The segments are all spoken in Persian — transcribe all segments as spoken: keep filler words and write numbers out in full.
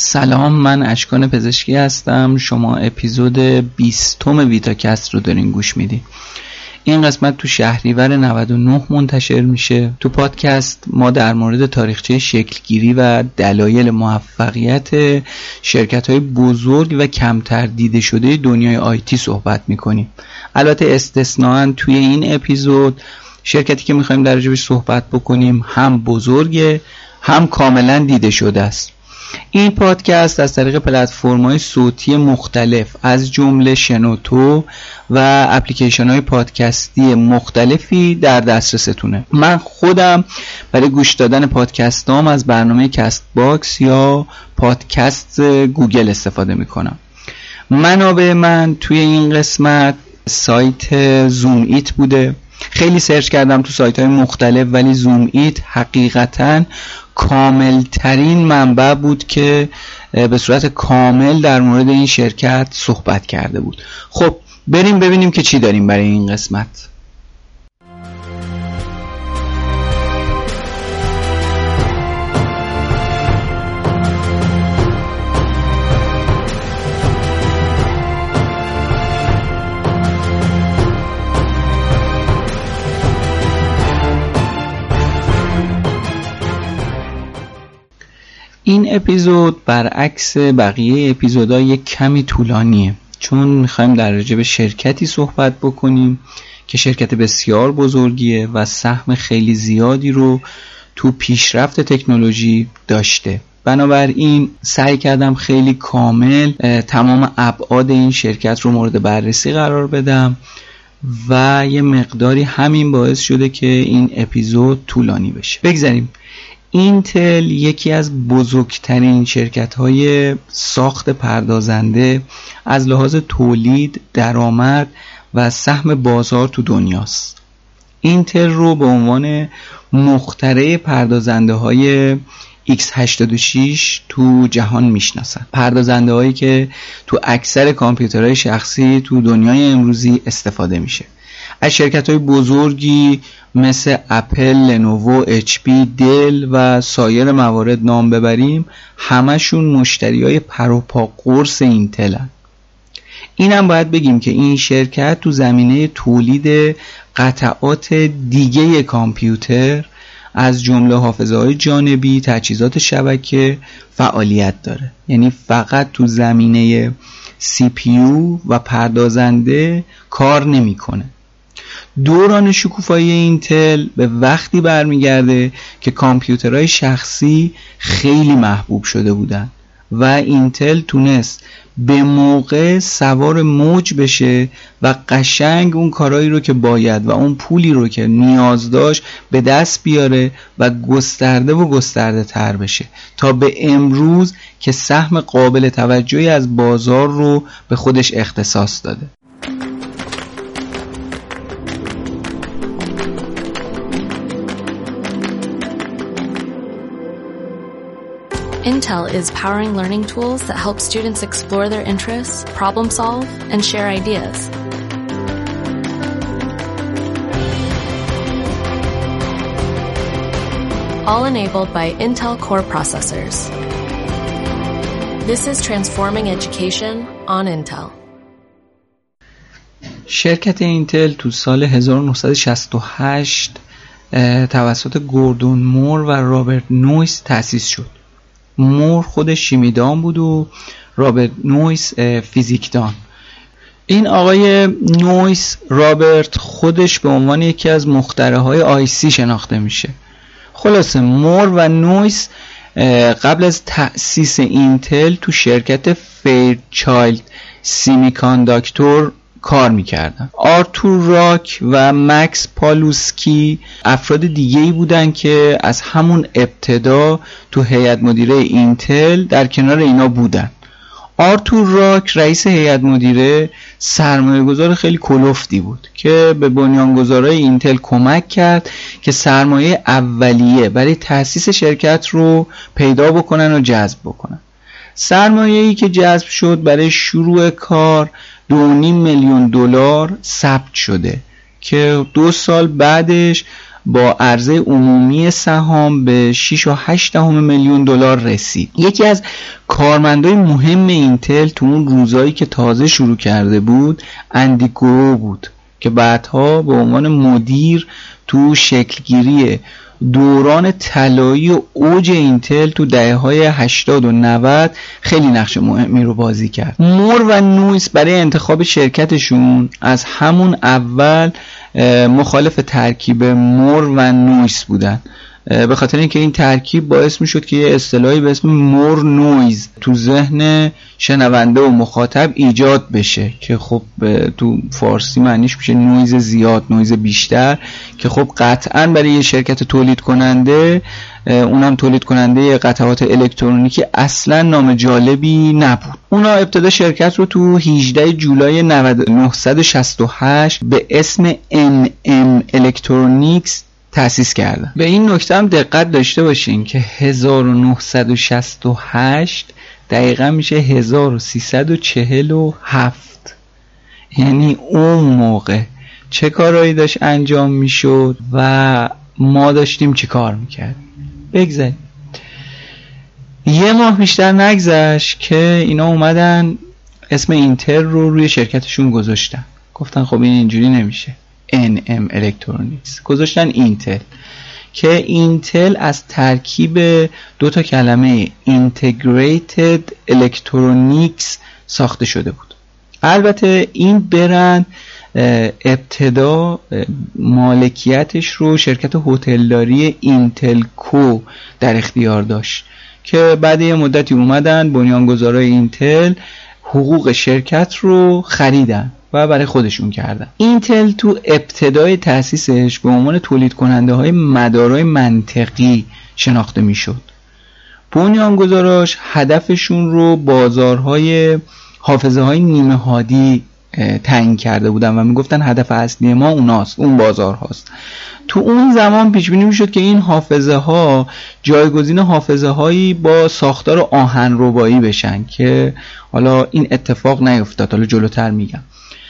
سلام، من اشکان پزشکی هستم. شما اپیزود بیستم ویتاکست رو دارین گوش میدین. این قسمت تو شهریور نود و نه منتشر میشه. تو پادکست ما در مورد تاریخچه شکلگیری و دلایل موفقیت شرکت‌های بزرگ و کمتر دیده شده دنیای آیتی صحبت میکنیم. البته استثناً توی این اپیزود شرکتی که میخوایم در راجعش صحبت بکنیم هم بزرگه هم کاملا دیده شده است. این پادکست از طریق پلتفرم‌های صوتی مختلف از جمله شنوتو و اپلیکیشن‌های پادکستی مختلفی در دسترستونه. من خودم برای گوش دادن پادکستام از برنامه کست باکس یا پادکست گوگل استفاده می‌کنم. منابع من توی این قسمت سایت زوم ایت بوده. خیلی سرچ کردم تو سایت‌های مختلف ولی زوم ایت حقیقتاً کامل ترین منبع بود که به صورت کامل در مورد این شرکت صحبت کرده بود. خب بریم ببینیم که چی داریم برای این قسمت. این اپیزود برعکس بقیه اپیزودها یک کمی طولانیه، چون میخوایم در رابطه به شرکتی صحبت بکنیم که شرکت بسیار بزرگیه و سهم خیلی زیادی رو تو پیشرفت تکنولوژی داشته. بنابراین سعی کردم خیلی کامل تمام ابعاد این شرکت رو مورد بررسی قرار بدم و یه مقداری همین باعث شده که این اپیزود طولانی بشه. بگذاریم. اینتل یکی از بزرگترین شرکت‌های ساخت پردازنده از لحاظ تولید، درآمد و سهم بازار تو دنیاست. اینتل رو به عنوان مخترع پردازنده‌های ایکس هشتاد و شش تو جهان میشناسن. پردازنده‌هایی که تو اکثر کامپیوترهای شخصی تو دنیای امروزی استفاده میشه. از شرکت‌های بزرگی مثل اپل، لنوو، اچ پی، دل و سایر موارد نام ببریم، همشون مشتریای پر و پا قرص اینتلن. اینم باید بگیم که این شرکت تو زمینه تولید قطعات دیگه کامپیوتر از جمله حافظه‌های جانبی، تجهیزات شبکه فعالیت داره. یعنی فقط تو زمینه سی پی یو و پردازنده کار نمی‌کنه. دوران شکوفایی اینتل به وقتی برمیگرده که کامپیوترهای شخصی خیلی محبوب شده بودن و اینتل تونست به موقع سوار موج بشه و قشنگ اون کارهایی رو که باید و اون پولی رو که نیاز داشت به دست بیاره و گسترده و گسترده تر بشه تا به امروز که سهم قابل توجهی از بازار رو به خودش اختصاص داده. Intel is powering learning tools that help students explore their interests, problem solve, and share ideas. All enabled by Intel Core processors. This is transforming education on Intel. شرکت اینتل تو سال هزار و نهصد و شصت و هشت توسط گوردون مور و رابرت نویس تأسیس شد. مور خودش شیمیدان بود و رابرت نویس فیزیکدان. این آقای نویس رابرت خودش به عنوان یکی از مخترعهای آی سی شناخته میشه. خلاصه مور و نویس قبل از تأسیس اینتل تو شرکت فیرچایلد سیمیکانداکتور کار میکردن. آرتور راک و مکس پالوسکی افراد دیگه‌ای بودن که از همون ابتدا تو هیئت مدیره اینتل در کنار اینا بودن. آرتور راک رئیس هیئت مدیره سرمایه‌گذار خیلی کلفتی بود که به بنیانگذارای اینتل کمک کرد که سرمایه اولیه برای تأسیس شرکت رو پیدا بکنن و جذب بکنن. سرمایه‌ای که جذب شد برای شروع کار دو و نیم میلیون دلار ثبت شده که دو سال بعدش با عرضه عمومی سهام به شش و هشت دهم میلیون دلار رسید. یکی از کارمندای مهم اینتل تو اون روزایی که تازه شروع کرده بود اندی گرو بود که بعدها به عنوان مدیر تو شکلگیری دوران طلایی و اوج اینتل تو دهه‌های هشتاد و نود خیلی نقش مهمی رو بازی کرد. مور و نویس برای انتخاب شرکتشون از همون اول مخالف ترکیب مور و نویس بودن، به خاطر اینکه این ترکیب باعث میشد که یه اصطلاحی به اسم مور نویز تو ذهن شنونده و مخاطب ایجاد بشه که خب تو فارسی معنیش میشه نویز زیاد، نویز بیشتر، که خب قطعاً برای یه شرکت تولید کننده، اونم تولید کننده قطعات الکترونیکی، اصلا نام جالبی نبود. اونا ابتدا شرکت رو تو هجدهم جولای نهصد و شصت و هشت به اسم ان ام Electronics تأسیس کردن. به این نکته هم دقت داشته باشین که هزار و نهصد و شصت و هشت دقیقا میشه هزار و سیصد و چهل و هفت، یعنی اون موقع چه کارهایی داشت انجام میشد و ما داشتیم چه کار میکرد. بگذاریم یه ماه بیشتر نگذشت که اینا اومدن اسم اینتل رو روی شرکتشون گذاشتن، گفتن خب این اینجوری نمیشه، ان ام Electronics گذاشتن اینتل، که اینتل از ترکیب دو تا کلمه Integrated Electronics ساخته شده بود. البته این برند ابتدا مالکیتش رو شرکت هتلداری اینتل کو در اختیار داشت که بعد یه مدتی اومدن بنیانگذارای اینتل حقوق شرکت رو خریدن و برای خودشون کردن. اینتل تو ابتدای تأسیسش به عنوان تولید کننده های مدارای منطقی شناخته میشد. بنیانگذاراش هدفشون رو بازارهای حافظه های نیمه هادی تعیین کرده بودن و میگفتن هدف اصلی ما اوناست، اون بازار هاست. تو اون زمان پیش بینی میشد که این حافظه ها جایگزین حافظه هایی با ساختار آهنربایی بشن که حالا این اتفاق نیفتاد، حالا جلوتر میگم.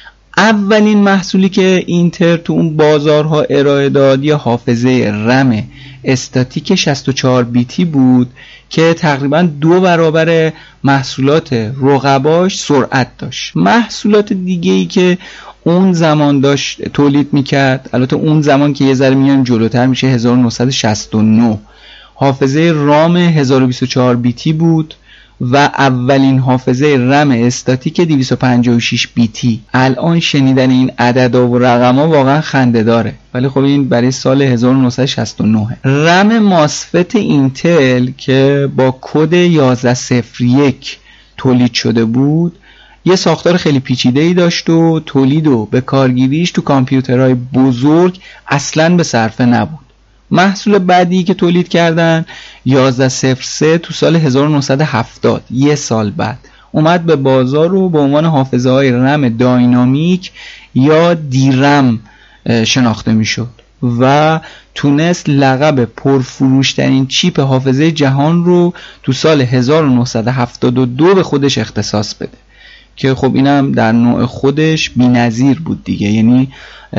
اولین محصولی که اینتل تو اون بازارها ارائه داد یه حافظه رم استاتیک شصت و چهار بیتی بود که تقریبا دو برابر محصولات رقباش سرعت داشت. محصولات دیگه‌ای که اون زمان داشت تولید میکرد، البته اون زمان که یه ذره میان جلوتر میشه هزار و نهصد و شصت و نه، حافظه رام هزار و بیست و چهار بیتی بود و اولین حافظه رم استاتیک دویست و پنجاه و شش بیتی. الان شنیدن این عددا و رقم‌ها واقعا خنده داره، ولی خب این برای سال هزار و نهصد و شصت و نه. رم ماسفت اینتل که با کد یازده صفر یک تولید شده بود یه ساختار خیلی پیچیده‌ای داشت و تولید و به کارگیریش تو کامپیوترهای بزرگ اصلاً به صرفه نبود. محصول بعدی که تولید کردن یازده صفر سه تو سال هزار و نهصد و هفتاد، یه سال بعد اومد به بازار رو به عنوان حافظه های رم داینامیک یا دیرم شناخته میشد و تونست لقب پرفروشترین چیپ حافظه جهان رو تو سال هزار و نهصد و هفتاد و دو به خودش اختصاص بده که خب اینم در نوع خودش بی‌نظیر بود دیگه. یعنی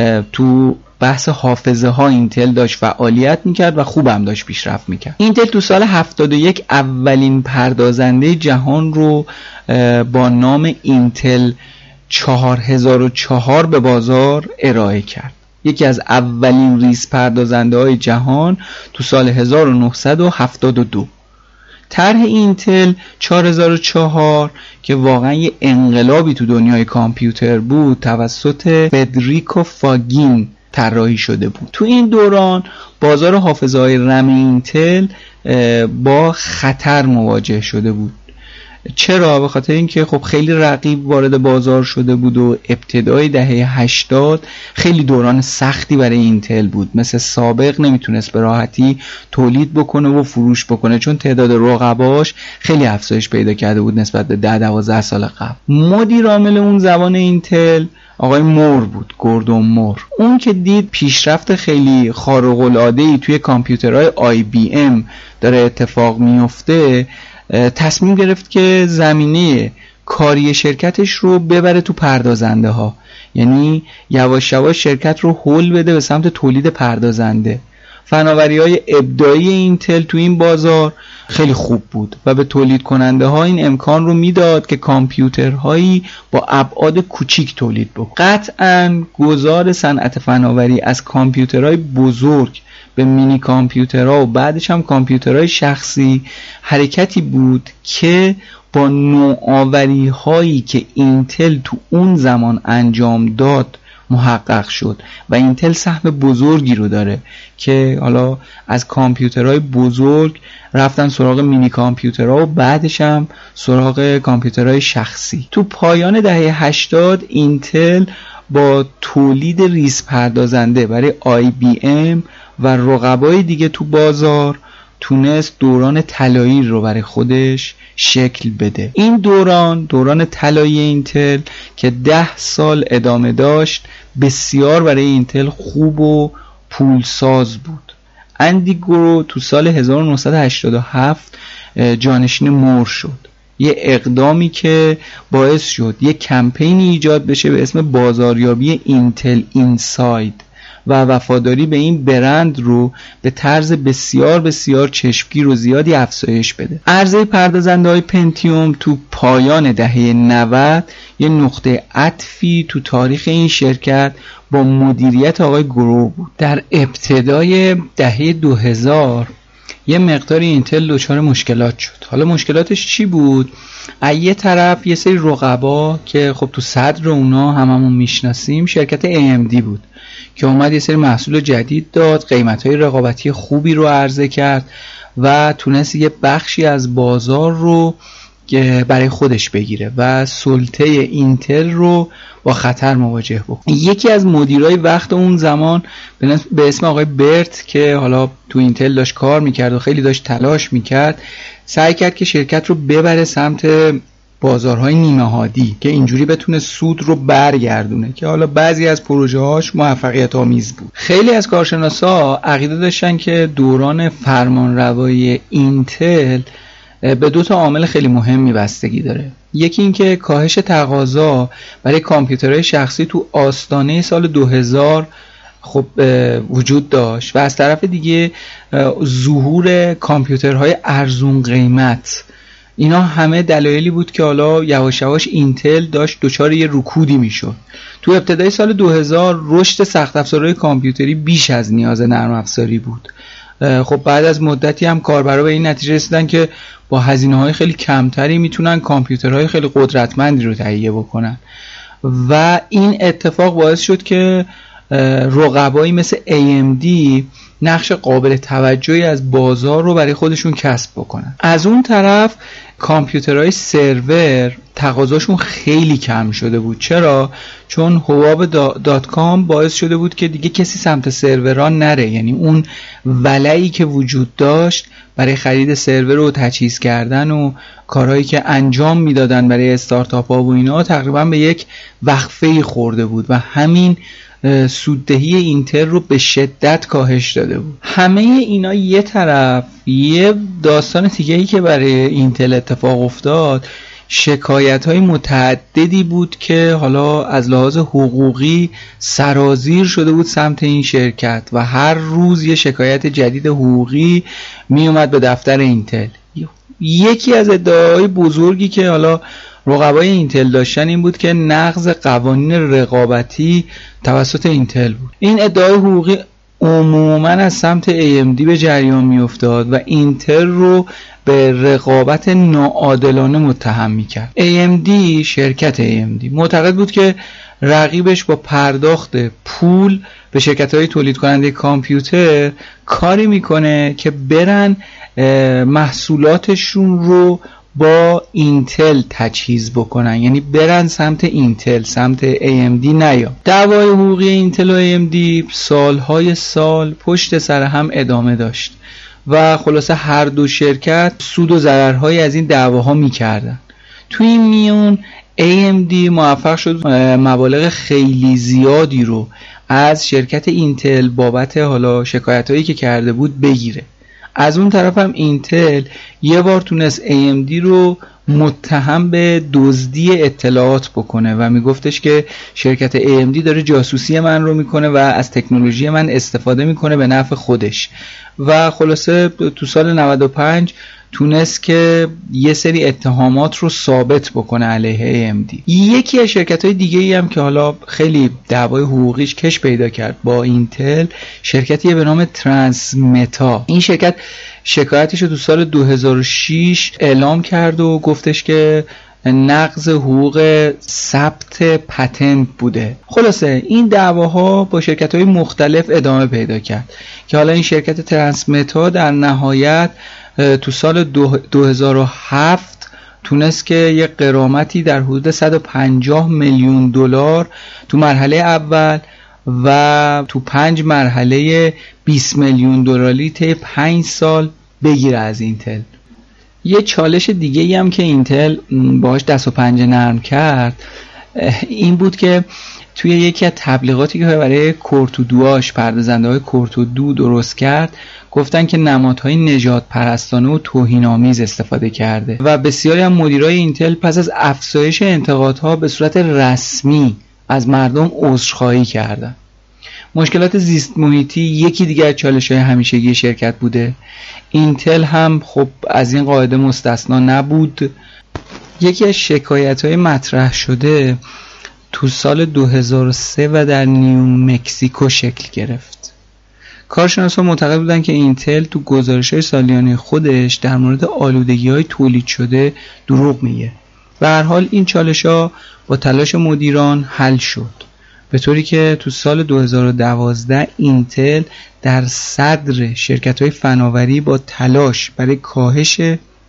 تو بحث حافظه ها اینتل داشت فعالیت میکرد و خوبم داشت پیشرفت میکرد. اینتل تو سال هفتاد و یک اولین پردازنده جهان رو با نام اینتل چهار هزار و چهار به بازار ارائه کرد. یکی از اولین ریز پردازنده های جهان تو سال هزار و نهصد و هفتاد و دو. طرح اینتل چهار هزار و چهار که واقعا یه انقلابی تو دنیای کامپیوتر بود توسط فدریکو فاگین طراحی شده بود. تو این دوران بازار حافظه های رم اینتل با خطر مواجه شده بود. چرا؟ به خاطر اینکه خب خیلی رقیب وارد بازار شده بود و ابتدای دهه هشتاد خیلی دوران سختی برای اینتل بود. مثل سابق نمیتونست به راحتی تولید بکنه و فروش بکنه چون تعداد رقباش خیلی افزایش پیدا کرده بود نسبت به ده دوازده سال قبل. مدیر عامل اون زمان اینتل آقای مور بود، گوردون مور. اون که دید پیشرفت خیلی خارق العاده ای توی کامپیوترهای آی بی ام داره اتفاق میفته، تصمیم گرفت که زمینه کاری شرکتش رو ببره تو پردازنده ها. یعنی یواش یواش شرکت رو هول بده به سمت تولید پردازنده. فناوری‌های ابداعی اینتل تو این بازار خیلی خوب بود و به تولید کننده ها این امکان رو میداد که کامپیوترهایی با ابعاد کوچیک تولید بکنن. قطعاً گذار صنعت فناوری از کامپیوترهای بزرگ به مینی کامپیوترها و بعدش هم کامپیوترهای شخصی حرکتی بود که با نوآوری هایی که اینتل تو اون زمان انجام داد محقق شد و اینتل سهم بزرگی رو داره که حالا از کامپیوترهای بزرگ رفتن سراغ مینی کامپیوترها و بعدش هم سراغ کامپیوترهای شخصی. تو پایان دهه هشتاد اینتل با تولید ریز پردازنده برای آی بی ام و رقبای دیگه تو بازار تونست دوران طلایی رو برای خودش شکل بده. این دوران دوران طلایی اینتل که ده سال ادامه داشت بسیار برای اینتل خوب و پولساز بود. اندی گرو تو سال هزار و نهصد و هشتاد و هفت جانشین مور شد، یه اقدامی که باعث شد یه کمپینی ایجاد بشه به اسم بازاریابی اینتل اینساید و وفاداری به این برند رو به طرز بسیار بسیار چشمگیر و زیادی افزایش بده. عرضه پردازنده های پنتیوم تو پایان دهه نود یه نقطه عطفی تو تاریخ این شرکت با مدیریت آقای گرو بود. در ابتدای دهه دو هزار یه مقداری اینتل دچار مشکلات شد. حالا مشکلاتش چی بود؟ از یه طرف یه سری رقبا که خب تو صدر اونا هممون میشناسیم شرکت ای ام دی بود که اومد یه سری محصول جدید داد، قیمت‌های رقابتی خوبی رو عرضه کرد و تونست یه بخشی از بازار رو برای خودش بگیره و سلطه اینتل رو با خطر مواجه بکنه. یکی از مدیرای وقت اون زمان به اسم آقای برت که حالا تو اینتل داشت کار میکرد و خیلی داشت تلاش میکرد، سعی کرد که شرکت رو ببره سمت بازارهای نیمه هادی که اینجوری بتونه سود رو برگردونه که حالا بعضی از پروژه هاش موفقیت آمیز بود. خیلی از کارشناسا عقیده داشتن که دوران فرمانروایی اینتل به دو تا عامل خیلی مهمی بستگی داره. یکی این که کاهش تقاضا برای کامپیوترهای شخصی تو آستانه سال دو هزار خب وجود داشت و از طرف دیگه ظهور کامپیوترهای ارزون قیمت. اینا همه دلایلی بود که حالا یواش یواش اینتل داشت دچار یه رکودی میشد. تو ابتدای سال دو هزار رشد سخت افزارهای کامپیوتری بیش از نیاز نرم افزاری بود. خب بعد از مدتی هم کاربرا به این نتیجه رسیدن که با هزینه‌های خیلی کمتری میتونن کامپیوترهای خیلی قدرتمندی رو تهیه بکنن و این اتفاق باعث شد که رقبایی مثل ای ام دی نقش قابل توجهی از بازار رو برای خودشون کسب بکنن. از اون طرف کامپیوترهای سرور تقاضاشون خیلی کم شده بود. چرا؟ چون هواب دات کام باعث شده بود که دیگه کسی سمت سروران نره، یعنی اون ولعی که وجود داشت برای خرید سرور و تجهیز کردن و کارهایی که انجام میدادن برای استارتاپ ها و اینا تقریبا به یک وقفه خورده بود و همین سوددهی اینتل رو به شدت کاهش داده بود. همه اینا یه طرف، یه داستان دیگه‌ای که برای اینتل اتفاق افتاد شکایت‌های متعددی بود که حالا از لحاظ حقوقی سرازیر شده بود سمت این شرکت و هر روز یه شکایت جدید حقوقی می اومد به دفتر اینتل. یکی از ادعاهای بزرگی که حالا رقبای اینتل داشتن این بود که نقض قوانین رقابتی توسط اینتل بود. این ادعای حقوقی عموما از سمت ای ام دی به جریان می افتاد و اینتل رو به رقابت ناعادلانه متهم می کرد. ای ام دی، شرکت ای ام دی معتقد بود که رقیبش با پرداخت پول به شرکت‌های تولید کننده کامپیوتر کاری میکنه که برن محصولاتشون رو با اینتل تجهیز بکنن، یعنی برن سمت اینتل، سمت ای ام دی نیا. دعوای حقوقی اینتل و ای ام دی سالهای سال پشت سر هم ادامه داشت و خلاصه هر دو شرکت سود و ضررهایی از این دعواها میکردن. توی این میون ای ام دی موفق شد مبالغ خیلی زیادی رو از شرکت اینتل بابت حالا شکایتایی که کرده بود بگیره. از اون طرف هم اینتل یه بار تونست ای ام دی رو متهم به دزدی اطلاعات بکنه و میگفتش که شرکت ای ام دی داره جاسوسی من رو میکنه و از تکنولوژی من استفاده میکنه به نفع خودش. و خلاصه تو سال نود و پنج تونست که یه سری اتهامات رو ثابت بکنه علیه ای ام دی. یکی از شرکت‌های دیگه‌ای هم که حالا خیلی دعوای حقوقیش کش پیدا کرد با اینتل، شرکتی به نام ترانسمتا. این شرکت شکایتش رو تو سال دو هزار و شش اعلام کرد و گفتش که نقض حقوق ثبت پتنت بوده. خلاصه این دعواها با شرکت‌های مختلف ادامه پیدا کرد که حالا این شرکت ترانسمتا در نهایت تو سال دو هزار و هفت تونست که یه غرامتی در حدود صد و پنجاه میلیون دلار تو مرحله اول و تو پنج مرحله بیست میلیون دلاری طی پنج سال بگیره از اینتل. یه چالش دیگه ای هم که اینتل باهاش دست و پنجه نرم کرد این بود که توی یکی از تبلیغاتی که برای کورتودواش پردازنده های کورتودو درست کرد گفتن که نمادهای نژاد پرستانه و توهین‌آمیز استفاده کرده و بسیاری از مدیرای اینتل پس از افزایش انتقادها به صورت رسمی از مردم عذرخواهی کردن. مشکلات زیست محیطی یکی دیگر از چالش‌های همیشگی شرکت بوده. اینتل هم خب از این قاعده مستثنا نبود. یکی از شکایت‌های مطرح شده تو سال دو هزار و سه و در نیومکسیکو شکل گرفت. کارشناسان معتقد بودن که اینتل تو گزارش‌های سالیانه خودش در مورد آلودگی‌های تولید شده دروغ میگه. به هر حال این چالش‌ها با تلاش مدیران حل شد، به طوری که تو سال دو هزار و دوازده اینتل در صدر شرکت‌های فناوری با تلاش برای کاهش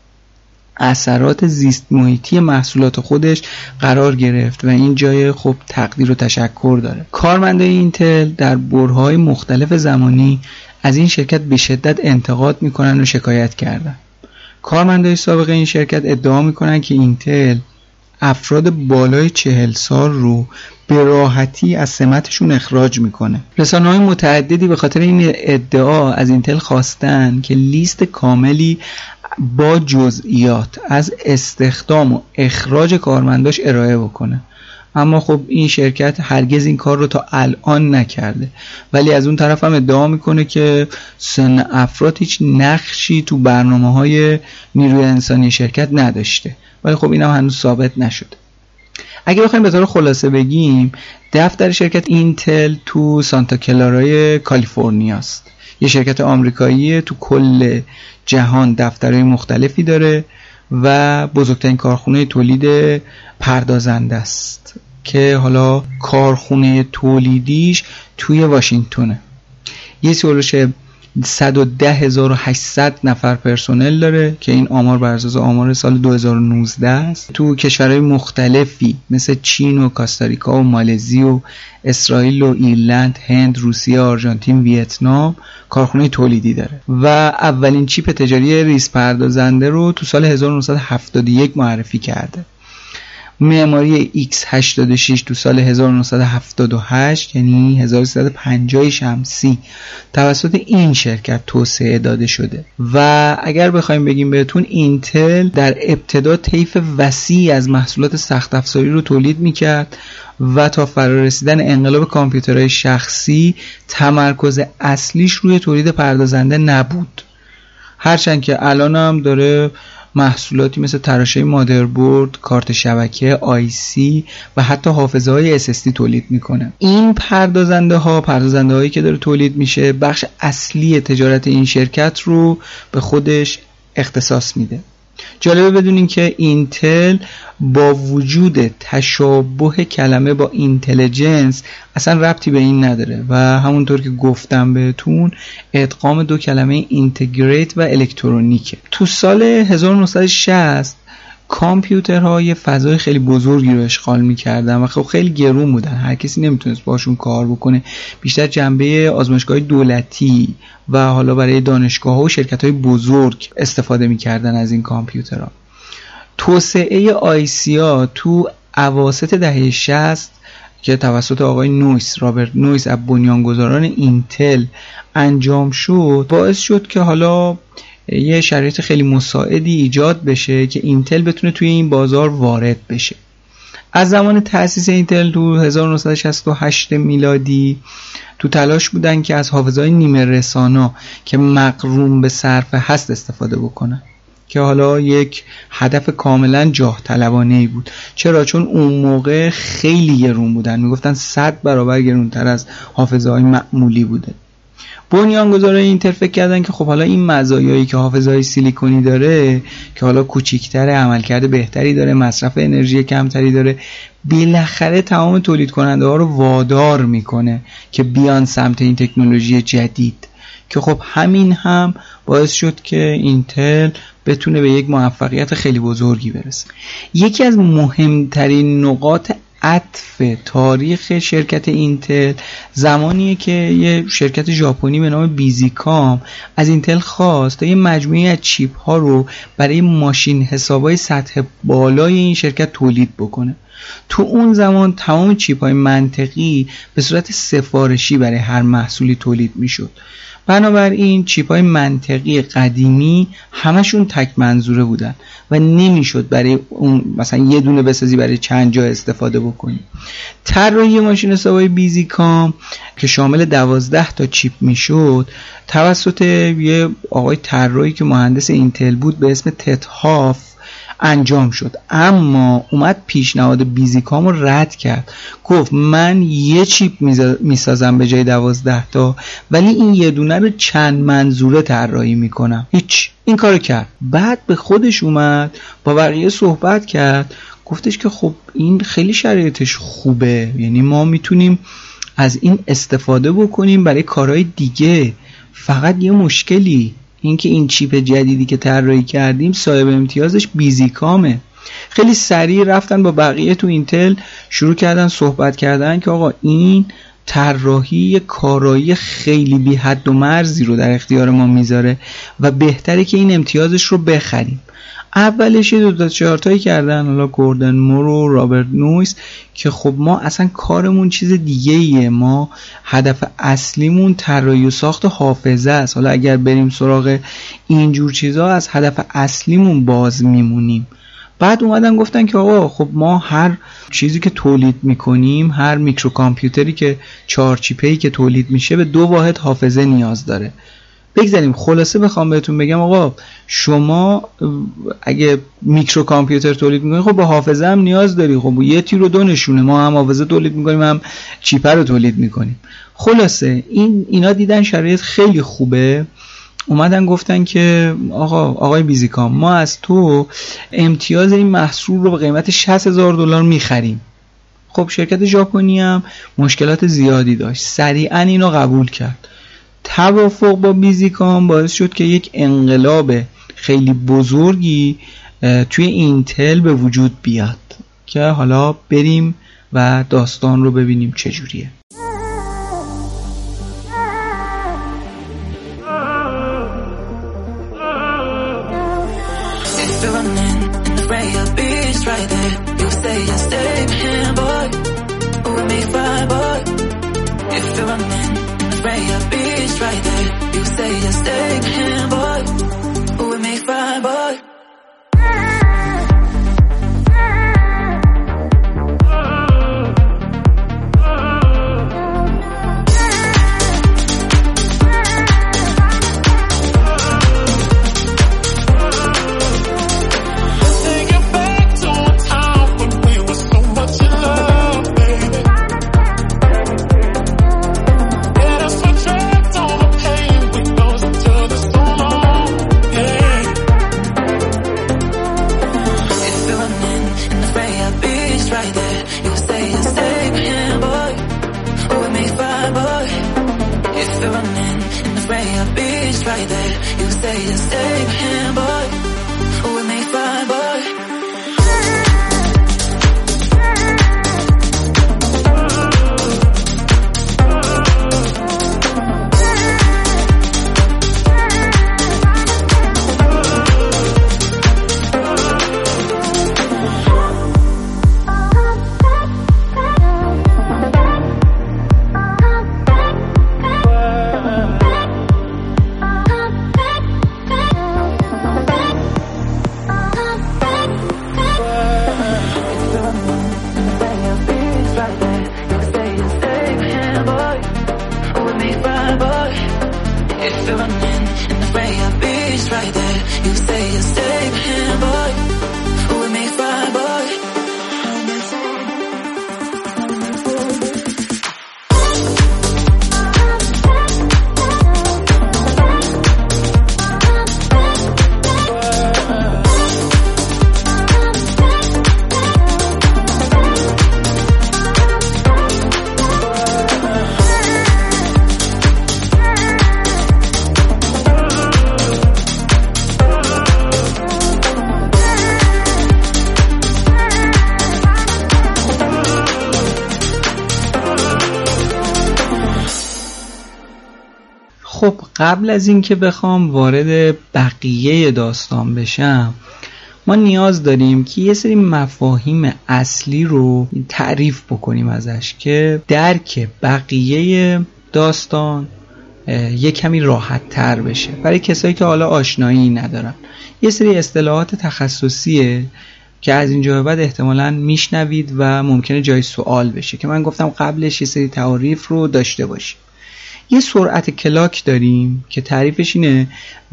اثرات زیست محیطی محصولات خودش قرار گرفت و این جای خب تقدیر و تشکر داره. کارمندای اینتل در برهه‌های مختلف زمانی از این شرکت به شدت انتقاد میکنن و شکایت کردن. کارمندای سابق این شرکت ادعا میکنن که اینتل افراد بالای چهل سال رو به راحتی از سمتشون اخراج میکنه. رسانه‌های متعددی به خاطر این ادعا از اینتل خواستن که لیست کاملی با جزئیات از استخدام و اخراج کارمنداش ارائه بکنه، اما خب این شرکت هرگز این کار رو تا الان نکرده، ولی از اون طرف هم ادعا میکنه که سن افراد هیچ نقشی تو برنامه‌های نیروی انسانی شرکت نداشته، ولی خب این هم هنوز ثابت نشده. اگه بخوایم به طور خلاصه بگیم، دفتر شرکت اینتل تو سانتا کلارای کالیفرنیا است. یه شرکت آمریکایی تو کل جهان دفترهای مختلفی داره و بزرگترین کارخونه تولید پردازنده است که حالا کارخونه تولیدیش توی واشنگتنه. یه سولوش صد و ده هزار و هشتصد نفر پرسنل داره که این آمار بر اساس آمار سال دو هزار و نوزده است. تو کشورهای مختلفی مثل چین و کاستاریکا و مالزی و اسرائیل و ایرلند، هند، روسیه، آرژانتین، ویتنام کارخونه تولیدی داره و اولین چیپ تجاری ریز پردازنده رو تو سال هزار و نهصد و هفتاد و یک معرفی کرده. معماری ایکس هشتاد و شش تو سال هزار و نهصد و هفتاد و هشت یعنی هزار و سیصد و پنجاه شمسی توسط این شرکت توسعه داده شده و اگر بخوایم بگیم بهتون، اینتل در ابتدا طیف وسیعی از محصولات سخت افزاری رو تولید میکرد و تا فرارسیدن انقلاب کامپیوترهای شخصی تمرکز اصلیش روی تولید پردازنده نبود، هرچند که الان هم داره محصولاتی مثل تراشه مادربرد، کارت شبکه، آی سی و حتی حافظه های اس اس دی تولید میکنه. این پردازنده ها پردازنده هایی که داره تولید میشه بخش اصلی تجارت این شرکت رو به خودش اختصاص میده. جالبه بدونین که اینتل با وجود تشابه کلمه با اینتلیجنس اصلا ربطی به این نداره و همونطور که گفتم بهتون ادغام دو کلمه اینتگریت و الکترونیکه. تو سال هزار و نهصد و شصت کامپیوترها یه فضای خیلی بزرگی رو اشغال می‌کردن و خب خیلی گرون بودن، هر کسی نمیتونست باشون کار بکنه، بیشتر جنبه آزمایشگاه دولتی و حالا برای دانشگاه‌ها و شرکت‌های بزرگ استفاده می‌کردن از این کامپیوترها. توسعه آی سی ها تو اواسط دهه شصت که توسط آقای نویس، رابرت نویس از بنیانگذاران اینتل انجام شد، باعث شد که حالا یه شرایط خیلی مساعدی ایجاد بشه که اینتل بتونه توی این بازار وارد بشه. از زمان تأسیس اینتل تو هزار و نهصد و شصت و هشت میلادی تو تلاش بودن که از حافظه‌های نیمه رسانا که مقرون به صرف هست استفاده بکنن، که حالا یک هدف کاملا جاه طلبانه‌ای بود. چرا؟ چون اون موقع خیلی گرون بودن، میگفتن صد برابر گرونتر از حافظه‌های معمولی بوده. بنیانگذارای اینتل فکر کردن که خب حالا این مزایایی که حافظه‌های سیلیکونی داره که حالا کوچیک‌تره، عملکرد بهتری داره، مصرف انرژی کمتری داره، بالاخره تمام تولید کننده ها رو وادار میکنه که بیان سمت این تکنولوژی جدید، که خب همین هم باعث شد که اینتل بتونه به یک موفقیت خیلی بزرگی برسه. یکی از مهمترین نقاط عطف تاریخ شرکت اینتل زمانیه که یه شرکت ژاپنی به نام بیزیکام از اینتل خواست تا یه مجموعه از چیپ ها رو برای ماشین حسابای سطح بالای این شرکت تولید بکنه. تو اون زمان تمام چیپ های منطقی به صورت سفارشی برای هر محصولی تولید میشد. بنابراین چیپ های منطقی قدیمی همشون تک منظوره بودن و نمیشد برای اون مثلا یه دونه بسازی برای چند جا استفاده بکنی. طراحی ماشین حسابای بیزیکام که شامل دوازده تا چیپ میشد توسط یه آقای طراحی که مهندس اینتل بود به اسم تد هاف انجام شد، اما اومد پیشنهاد بیزیکام رو رد کرد. گفت من یه چیپ میسازم به جای دوازده تا، ولی این یه دونه رو چند منظوره طراحی میکنم. هیچ، این کارو کرد. بعد به خودش اومد با بقیه صحبت کرد، گفتش که خب این خیلی شرایطش خوبه، یعنی ما میتونیم از این استفاده بکنیم برای کارهای دیگه، فقط یه مشکلی اینکه این چیپ جدیدی که طراحی کردیم صاحب امتیازش بیزیکامه. خیلی سریع رفتن با بقیه تو اینتل شروع کردن صحبت کردن که آقا این طراحی کارایی خیلی بی حد و مرزی رو در اختیار ما میذاره و بهتره که این امتیازش رو بخریم. اولش دو تا چارتایی کردن، حالا گوردن مور و رابرت نویس، که خب ما اصلا کارمون چیز دیگه ایه، ما هدف اصلیمون طراحی و ساخت حافظه است. حالا اگر بریم سراغ اینجور چیزا از هدف اصلیمون باز میمونیم. بعد اومدن گفتن که آقا خب ما هر چیزی که تولید میکنیم، هر میکرو کامپیوتری که چهار چیپه‌ای که تولید میشه به دو واحد حافظه نیاز داره. بگذاریم خلاصه بخوام بهتون بگم آقا شما اگه میکرو کامپیوتر تولید میکنی خب با حافظه هم نیاز داری، خب یه تیر و دو نشونه، ما هم حافظه تولید میکنیم هم چیپ رو تولید میکنیم. خلاصه این اینا دیدن شرایط خیلی خوبه، اومدن گفتن که آقا آقای بیزیکام ما از تو امتیاز این محصول رو به قیمت شصت هزار دلار میخریم. خب شرکت ژاپنی هم مشکلات زیادی داشت، سریعا اینو قبول کرد. توافق با بیزیکام باعث شد که یک انقلاب خیلی بزرگی توی اینتل به وجود بیاد که حالا بریم و داستان رو ببینیم چجوریه. Right there, you say you stay here, boy. We make fine, boy. Right there, you say you stay here, boy. We make fine, boy. If you're running in the fray, I'll be right there. You say you're staying here, boy. We may fly, boy. خب قبل از اینکه بخوام وارد بقیه داستان بشم، ما نیاز داریم که یه سری مفاهیم اصلی رو تعریف بکنیم ازش که درک بقیه داستان یه کمی راحت تر بشه برای کسایی که حالا آشنایی ندارن. یه سری اصطلاحات تخصصیه که از اینجا به بعد احتمالاً میشنوید و ممکنه جای سوال بشه که من گفتم قبلش یه سری تعریف رو داشته باشیم. یه سرعت کلاک داریم که تعریفش اینه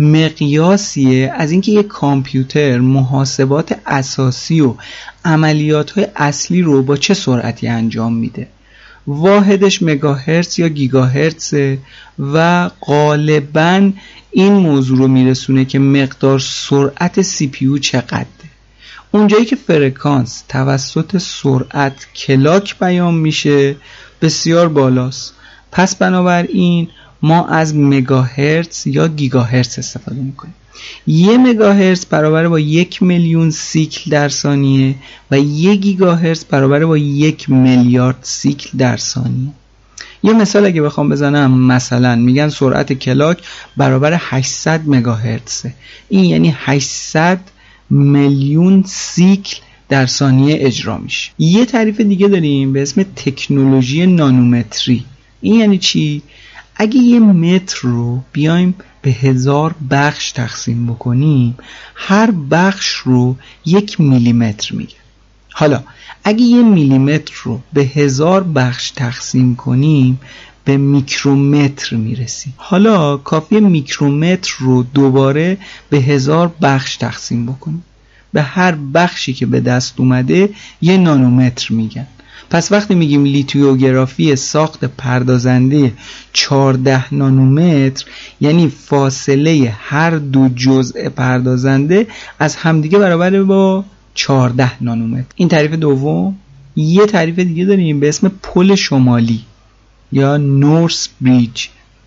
مقیاسیه از اینکه یک کامپیوتر محاسبات اساسی و عملیات‌های اصلی رو با چه سرعتی انجام میده. واحدش مگاهرتز یا گیگاهرتز و غالباً این موضوع رو میرسونه که مقدار سرعت سی پی یو چقدره. اونجایی که فرکانس توسط سرعت کلاک بیان میشه بسیار بالاست. پس بنابراین ما از مگاهرتز یا گیگاهرتز استفاده میکنیم. یه مگاهرتز برابر با یک میلیون سیکل در ثانیه و یک گیگاهرتز برابر با یک میلیارد سیکل در ثانیه. یه مثال اگه بخوام بزنم، مثلا میگن سرعت کلاک برابر هشتصد مگاهرتزه. این یعنی هشتصد میلیون سیکل در ثانیه اجرا میشه. یه تعریف دیگه داریم به اسم تکنولوژی نانومتری. این یعنی چی؟ اگه یه متر رو بیایم به هزار بخش تقسیم بکنیم، هر بخش رو یک میلیمتر میگه. حالا اگه یه میلیمتر رو به هزار بخش تقسیم کنیم به میکرومتر میرسیم. حالا کافیه میکرومتر رو دوباره به هزار بخش تقسیم بکنیم. به هر بخشی که به دست اومده یه نانومتر میگن. پس وقتی میگیم لیتوگرافی ساخت پردازنده چهارده نانومتر، یعنی فاصله هر دو جزء پردازنده از همدیگه برابر با چهارده نانومتر. این تعریف دوم. یه تعریف دیگه داریم به اسم پل شمالی یا نورس بریج.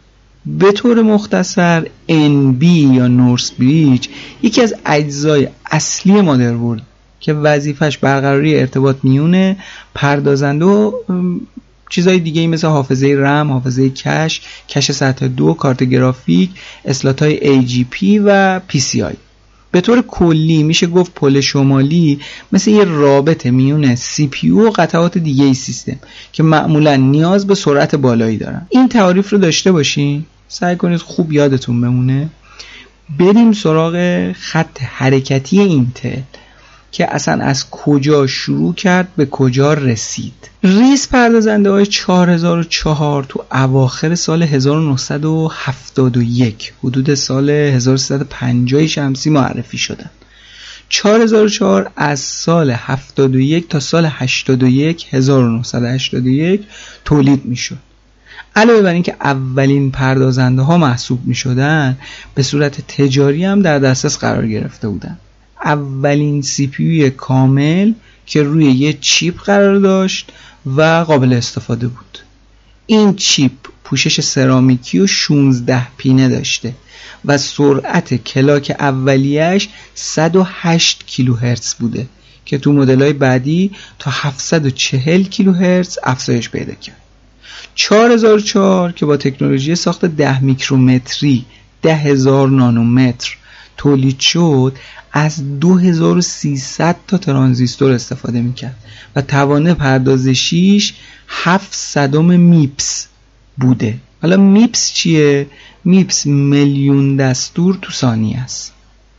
به طور مختصر ان بی یا نورس بریج یکی از اجزای اصلی مادربرد که وظیفش برقراری ارتباط میونه پردازنده و چیزهای دیگه مثل حافظه رم، حافظه کش، کش سطح دو، کارت گرافیک، اسلات‌های ای جی پی و پی سی آی. به طور کلی میشه گفت پل شمالی مثل یه رابطه میونه سی پی یو و قطعات دیگه ای سیستم که معمولا نیاز به سرعت بالایی دارن. این تعریف رو داشته باشین، سعی کنید خوب یادتون بمونه. بریم سراغ خط حرکتی اینتل که اصلا از کجا شروع کرد به کجا رسید. ریز پردازنده های چهار هزار و چهار تو اواخر سال هزار و نهصد و هفتاد و یک حدود سال هزار و سیصد و پنجاه شمسی معرفی شدن. چهار هزار و چهار از سال هفتاد و یک تا سال هشتاد و یک هزار و نهصد و هشتاد و یک تولید می شد. علاوه بر این که اولین پردازنده ها محسوب می شدن، به صورت تجاری هم در دسترس قرار گرفته بودن. اولین سی پی یو کامل که روی یه چیپ قرار داشت و قابل استفاده بود. این چیپ پوشش سرامیکی و شانزده پینه داشته و سرعت کلاک اولیش صد و هشت کیلوهرتز بوده که تو مدل‌های بعدی تا هفتصد و چهل کیلوهرتز افزایش پیدا کرد. چهار هزار و چهار که با تکنولوژی ساخت ده میکرومتری ده هزار نانومتر تولید شد، از دو هزار و سیصد تا ترانزیستور استفاده میکرد و توان پردازشیش هفت صدم میپس بوده. حالا میپس چیه؟ میپس میلیون دستور تو ثانیه است.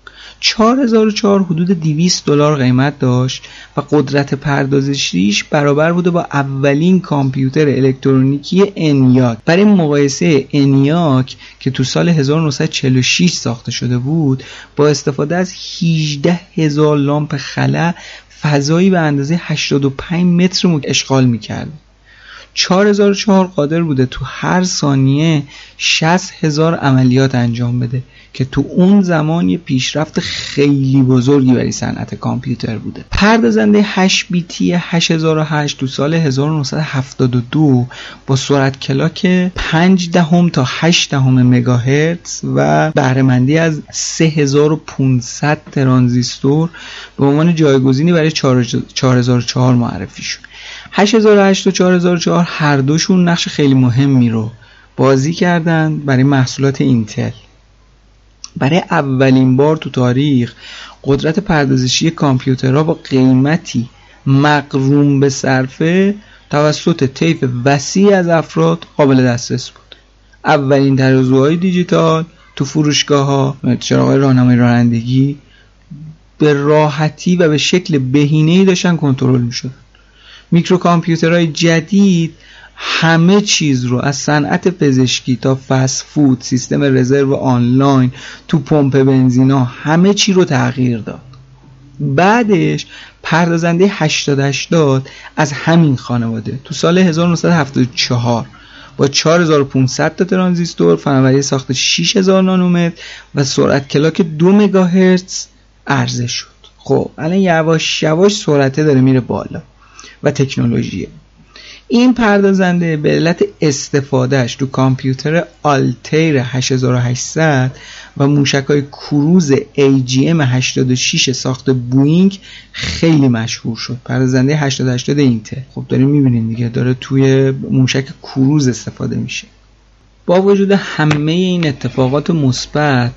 چهار هزار و چهار حدود دویست دلار قیمت داشت و قدرت پردازشیش برابر بوده با اولین کامپیوتر الکترونیکی انیاک. برای مقایسه انیاک که تو سال هزار و نهصد و چهل و شش ساخته شده بود، با استفاده از هجده هزار لامپ خلا فضایی به اندازه هشتاد و پنج متر رو اشغال می‌کرد. چهار هزار و چهار قادر بوده تو هر ثانیه شصت هزار عملیات انجام بده که تو اون زمان یه پیشرفت خیلی بزرگی برای صنعت کامپیوتر بوده. پردازنده هشت بیتی هشت هزار و هشت تو سال هزار و نهصد و هفتاد و دو با سرعت کلاک پنج دهم تا هشت دهم مگاهرتز و بهره‌مندی از سه هزار و پانصد ترانزیستور به عنوان جایگزینی برای چهار هزار و چهار معرفی شد. هشت هزار و هشت و چهار هزار و چهار هر دوشون نقش خیلی مهمی رو بازی کردن برای محصولات اینتل. برای اولین بار تو تاریخ قدرت پردازشی کامپیوترها با قیمتی مقرون به صرفه توسط طیف وسیع از افراد قابل دسترس بود. اولین ترازوهای دیجیتال تو فروشگاه‌ها، چراغ‌های راهنمای رانندگی به راحتی و به شکل بهینه‌ای داشتن کنترل می‌شدن. میکرو کامپیوترهای جدید همه چیز رو از صنعت پزشکی تا فست فود، سیستم رزرو آنلاین، تو پمپ بنزینا همه چی رو تغییر داد. بعدش پردازنده هشتاد هشتاد از همین خانواده تو سال هزار و نهصد و هفتاد و چهار با چهار هزار و پانصد تا ترانزیستور، فناوری ساخت شش هزار نانومتر و سرعت کلاک دو مگاهرتز عرضه شد. خب الان یواش یواش سرعته داره میره بالا و تکنولوژیه. این پردازنده به علت استفادهش تو کامپیوتر آلتیر هشت هزار و هشتصد و موشک‌های کروز ای جی ام هشتاد و شش ساخت بوئینگ خیلی مشهور شد. پردازنده هشتاد هشتاد اینتل. خب داریم می‌بینید دیگه داره توی موشک کروز استفاده میشه. با وجود همه این اتفاقات مثبت،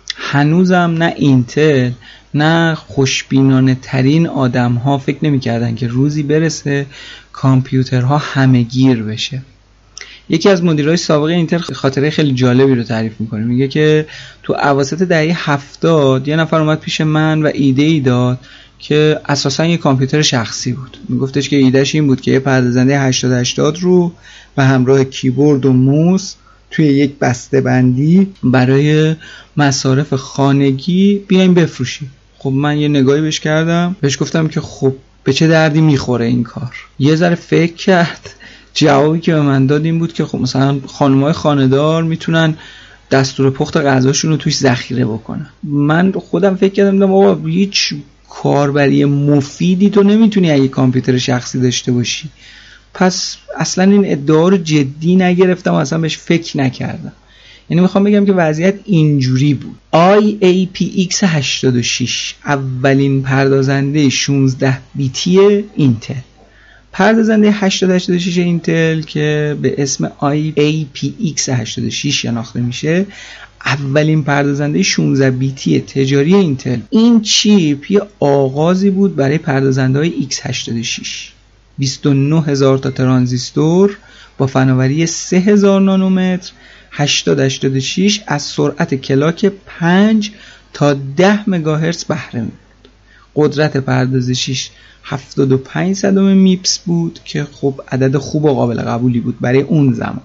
هنوزم نه اینتل نه خوشبینانه ترین آدم ها فکر نمی کردن که روزی برسه کامپیوترها همه گیر بشه. یکی از مدیرای سابق اینتل خاطره خیلی جالبی رو تعریف میکنه. میگه که تو اواسط دهه هفتاد یه نفر اومد پیش من و ایده ای داد که اساسا یه کامپیوتر شخصی بود. میگفتش که ایدهش این بود که یه پردازنده هشتاد هشتاد رو به همراه کیبورد و موس توی یک بسته بندی برای مصارف خانگی بیایم بفروشیم. خب من یه نگاهی بهش کردم، بهش گفتم که خب به چه دردی میخوره این کار. یه ذره فکر کرد، جوابی که به من داد این بود که خب مثلا خانم‌های خانه‌دار میتونن دستور پخت غذاشون رو توش ذخیره بکنن. من خودم فکر کردم بابا هیچ کاربری مفیدی تو نمیتونی اگه کامپیوتر شخصی داشته باشی. پس اصلا این ادعا رو جدی نگرفتم و اصلا بهش فکر نکردم. یعنی میخوام بگم که وضعیت اینجوری بود. آی ای پی ایکس هشتاد و شش اولین پردازنده شانزده بیتی اینتل. پردازنده هشتاد هشتاد و شش اینتل که به اسم آی ای پی ایکس هشتاد و شش شناخته میشه، اولین پردازنده شانزده بیتی تجاری اینتل. این چیپ یه آغازی بود برای پردازنده های ایکس هشتاد و شش. بیست و نه هزار تا ترانزیستور با فناوری سه هزار نانومتر، هشتاد هشتاد و شش از سرعت کلاک پنج تا ده مگاهرتز بهره می‌برد. قدرت پردازشیش هفتاد و پنج صدم میپس بود که خب عدد خوب و قابل قبولی بود برای اون زمان.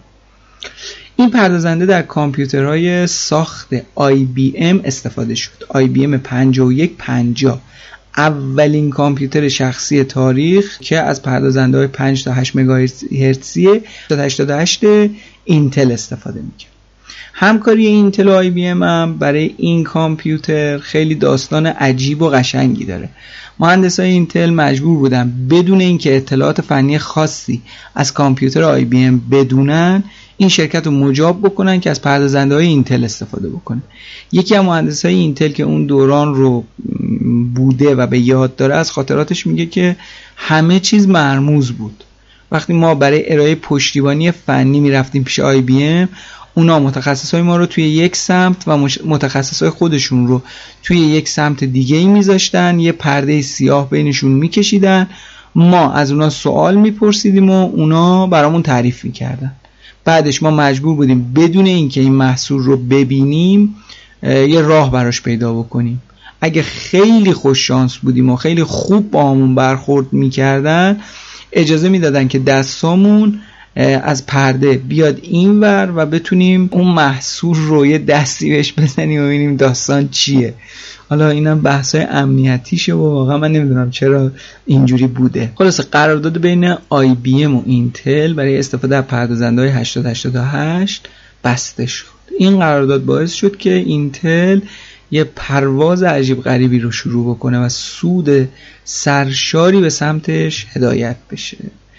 این پردازنده در کامپیوترهای ساخت آی بی ام استفاده شد. آی بی ام پنجاه و یک پنجاه اولین کامپیوتر شخصی تاریخ که از پردازنده های پنج تا هشت مگاهرتزی هشتاد و هشت اینتل استفاده میکنه. همکاری اینتل و آی بی ام هم برای این کامپیوتر خیلی داستان عجیب و قشنگی داره. مهندسای اینتل مجبور بودن بدون اینکه اطلاعات فنی خاصی از کامپیوتر آی بی ام بدونن، این شرکت رو مجاب بکنن که از پردازنده های اینتل استفاده بکنه. یکی از مهندسای اینتل که اون دوران رو بوده و به یاد داره از خاطراتش میگه که همه چیز مرموز بود. وقتی ما برای ارائه پشتیبانی فنی میرفتیم پیش آی بی ام، اونا متخصصای ما رو توی یک سمت و متخصصای خودشون رو توی یک سمت دیگه ای میذاشتن، یه پرده سیاه بینشون میکشیدن، ما از اونا سوال میپرسیدیم و اونا برامون تعریف میکردن. بعدش ما مجبور بودیم بدون اینکه این محصول رو ببینیم یه راه براش پیدا بکنیم. اگه خیلی خوش شانس بودیم و خیلی خوب با همون برخورد میکردن، اجازه میدادن که دستامون از پرده بیاد اینور و بتونیم اون محصول رو یه دستی بهش بزنیم و ببینیم داستان چیه. حالا اینم بحثای امنیتیشه و واقعا من نمیدونم چرا اینجوری بوده. خلاصه قرارداد بین آی بی ام و اینتل برای استفاده از پردازنده‌های هشتاد هشتاد و هشت بسته شد. این قرارداد باعث شد که اینتل یه پرواز عجیب غریبی رو شروع بکنه و سود سرشاری به سمتش هدایت بشه.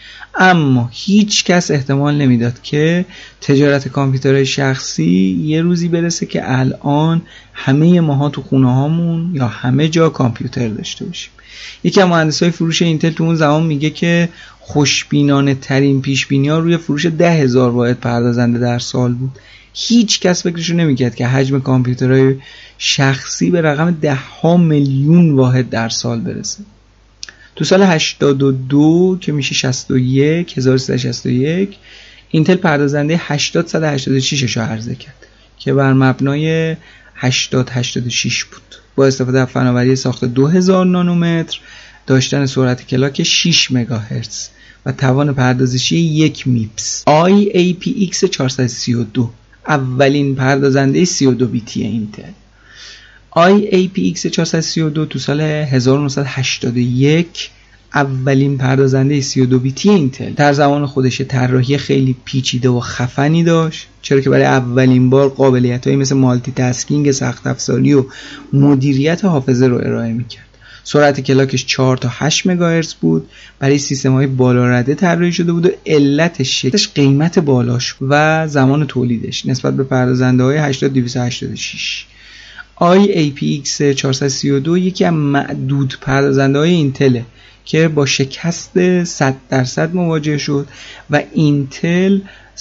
اما هیچ کس احتمال نمیداد که تجارت کامپیوترهای شخصی یه روزی برسه که الان همه ماها تو خونه هامون یا همه جا کامپیوتر داشته باشیم. یکی از مهندسای فروش اینتل تو اون زمان میگه که خوشبینانه ترین پیش بینی ها روی فروش ده هزار واحد پردازنده در سال بود. هیچ کس فکرشو نمیکرد که حجم کامپیوترهای شخصی به رقم ده ها میلیون واحد در سال برسه. تو سال هشتاد و دو که میشه شصت و یک هزار و سیصد و شصت و یک اینتل پردازنده هشتاد صد و هشتاد و شش رو عرضه کرد که بر مبنای هشتاد هشتاد و شش بود، با استفاده از فناوری ساخت دو هزار نانومتر، داشتن سرعت کلاک شش مگاهرتز و توان پردازشی یک میپس. آی ای پی ایکس چهارصد و سی و دو اولین پردازنده سی و دو بیتی اینتل. آی ای پی ایکس چهارصد و سی و دو تو سال هزار و نهصد و هشتاد و یک اولین پردازنده سی و دو بیتی اینتل در زمان خودش طراحی خیلی پیچیده و خفنی داشت، چرا که برای اولین بار قابلیت‌هایی مثل مالتی تاسکینگ، سخت افزاری و مدیریت حافظه رو ارائه می‌کرد. سرعت کلاکش چهار تا هشت مگاهرتز بود، برای سیستم‌های بالارده طراحی شده بود و علتش شکلش قیمت بالاش و زمان تولیدش نسبت به پردازنده‌های هشتاد دویست و هشتاد و شش. آی ای پی ایکس چهارصد و سی و دو یکی از معدود پردازنده‌های اینتله که با شکست صد درصد مواجه شد و اینتل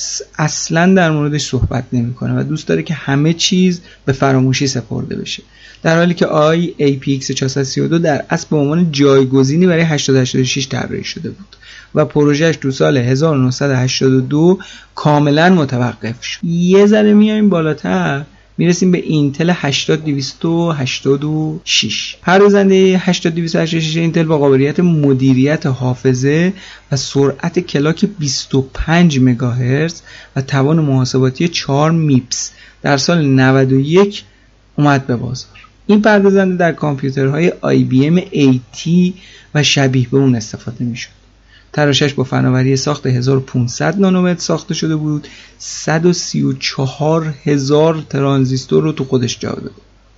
اصلا در موردش صحبت نمی‌کنه و دوست داره که همه چیز به فراموشی سپرده بشه، در حالی که آی ای پی ایکس چهارصد و سی و دو در اصل به عنوان جایگزینی برای هشتاد هشتاد و شش طراحی شده بود و پروژهش تو سال هزار و نهصد و هشتاد و دو کاملا متوقف شد. یه ذره میایم بالاتر میرسیم به اینتل هشتاد دویست و هشتاد و شش. پردازنده هشتاد دویست و هشتاد و شش اینتل با قابلیت مدیریت حافظه و سرعت کلاک بیست و پنج مگاهرتز و توان محاسباتی چهار میپس در سال نود و یک اومد به بازار. این پردازنده در کامپیوترهای آی بی ام ای تی و شبیه به اون استفاده میشد. تراشش با فناوری ساخت هزار و پانصد نانومتر ساخته شده بود، صد و سی و چهار هزار ترانزیستور رو تو خودش جا داده.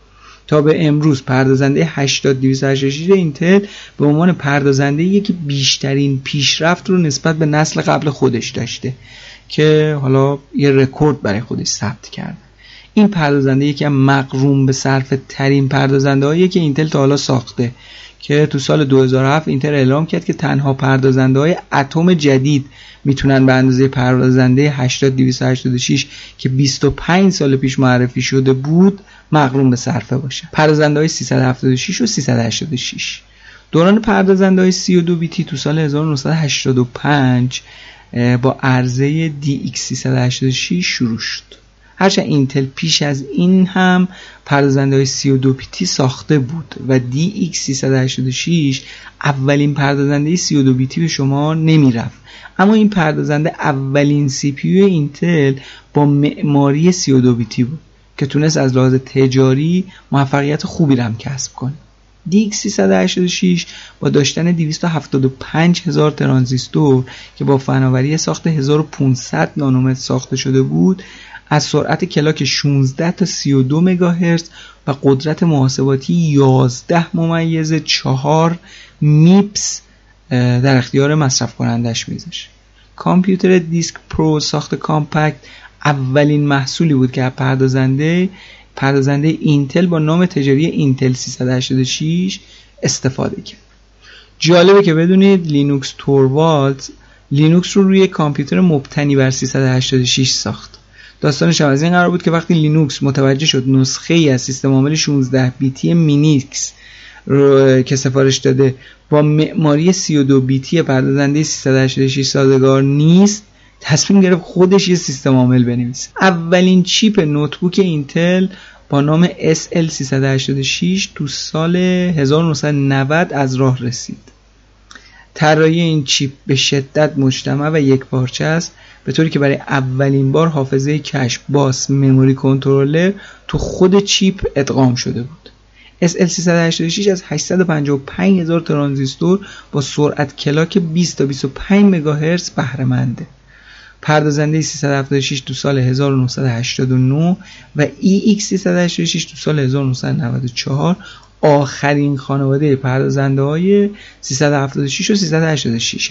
تا به امروز پردازنده هشتاد دویست و هشتاد و شش اینتل به عنوان پردازنده‌ای که بیشترین پیشرفت رو نسبت به نسل قبل خودش داشته که حالا یه رکورد برای خودش ثبت کرده. این پردازنده یکی از مغروم به صرفه ترین پردازنده‌هایی که اینتل تا حالا ساخته که تو سال دو هزار و هفت اینتل اعلام کرد که تنها پردازنده‌های اتم جدید میتونن به اندازه پردازنده هشتاد دویست و هشتاد و شش که بیست و پنج سال پیش معرفی شده بود مغروم به صرفه باشه. پردازنده‌های سیصد و هفتاد و شش و سیصد و هشتاد و شش. دوران پردازنده‌های سی و دو بیتی تو سال هزار و نهصد و هشتاد و پنج با عرضه دی ایکس سیصد و هشتاد و شش شروع شد. هرچند اینتل پیش از این هم پردازنده‌های سی و دو بیتی ساخته بود و دی ایکس سیصد و هشتاد و شش اولین پردازنده سی و دو بیتی به شما نمیرفت، اما این پردازنده اولین سی پی یو اینتل با معماری سی و دو بیتی بود که تونست از لحاظ تجاری موفقیت خوبی رم کسب کنه. دی ایکس سیصد و هشتاد و شش با داشتن دویست و هفتاد و پنج هزار ترانزیستور که با فناوری ساخت هزار و پانصد نانومتر ساخته شده بود، از سرعت کلاک شانزده تا سی و دو مگاهرتز و قدرت محاسباتی یازده ممیز چهار میپس در اختیار مصرف کنندش میذاشت. کامپیوتر دیسک پرو ساخت کامپکت اولین محصولی بود که پردازنده پردازنده اینتل با نام تجاری اینتل سیصد و هشتاد و شش استفاده کرد. جالبه که بدونید لینوکس توروالدز لینوکس رو روی کامپیوتر مبتنی بر سیصد و هشتاد و شش ساخت. داستانش از این قرار بود که وقتی لینوکس متوجه شد نسخه ای از سیستم عامل شانزده بیتی مینیکس رو که سفارش داده با معماری سی و دو بیتی پردازنده سیصد و هشتاد و شش سازگار نیست، تصمیم گرفت خودش یه سیستم عامل بنویسه. اولین چیپ نوتبوک اینتل با نام اس ال سیصد و هشتاد و شش تو سال هزار و نهصد و نود از راه رسید. طراحی این چیپ به شدت مجتمع و یکپارچه است، به طوری که برای اولین بار حافظه کش باس مموری کنترلر تو خود چیپ ادغام شده بود. اس ال سیصد و هشتاد و شش از هشتصد و پنجاه و پنج هزار ترانزیستور با سرعت کلاک بیست تا بیست و پنج مگاهرتز بهره منده. پردازنده سیصد و هفتاد و شش تو سال هزار و نهصد و هشتاد و نه و ای ایکس سیصد و هشتاد و شش تو سال هزار و نهصد و نود و چهار آخرین خانواده پردازنده های سیصد و هفتاد و شش و سیصد و هشتاد و شش.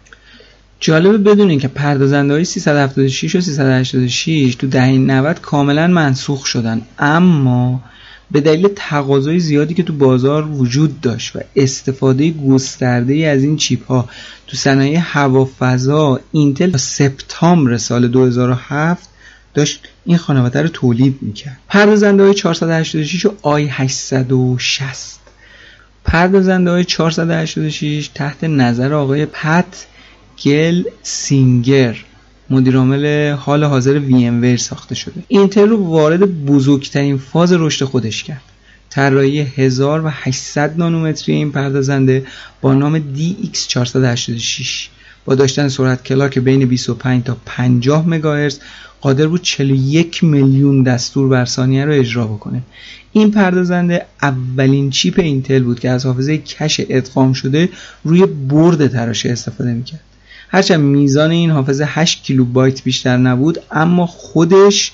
جالبه بدونین که پردازنده های سیصد و هفتاد و شش و سیصد و هشتاد و شش تو دهه نود کاملا منسوخ شدن، اما به دلیل تقاضای زیادی که تو بازار وجود داشت و استفاده گسترده از این چیپ ها تو صنایع هوافضا، اینتل تا سپتامبر سال دو هزار و هفت داشت این خانواده رو تولید میکرد. پردازنده های چهارصد و هشتاد و شش و آی هشتصد و شصت. پردازنده های چهارصد و هشتاد و شش تحت نظر آقای پت گل سینگر، مدیر عامل حال حاضر وی ام ویر ساخته شده. اینتل رو وارد بزرگترین فاز رشد خودش کرد. طراحی هزار و هشتصد نانومتری این پردازنده با نام دی ایکس چهارصد و هشتاد و شش با داشتن سرعت کلاک بین بیست و پنج تا پنجاه مگاهرتز قادر بود چهل و یک میلیون دستور بر ثانیه رو اجرا بکنه. این پردازنده اولین چیپ اینتل بود که از حافظه کش ادغام شده روی برد تراشه استفاده میکرد. هرچند میزان این حافظه هشت کیلوبایت بیشتر نبود، اما خودش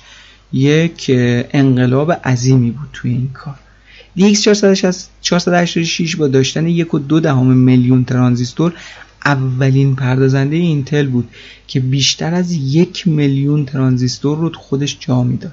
یک انقلاب عظیمی بود توی این کار. دی ایکس چهارصد و هشتاد و شش با داشتن یک و دو دهم میلیون ترانزیستور اولین پردازنده اینتل بود که بیشتر از یک میلیون ترانزیستور رو خودش جا میداد.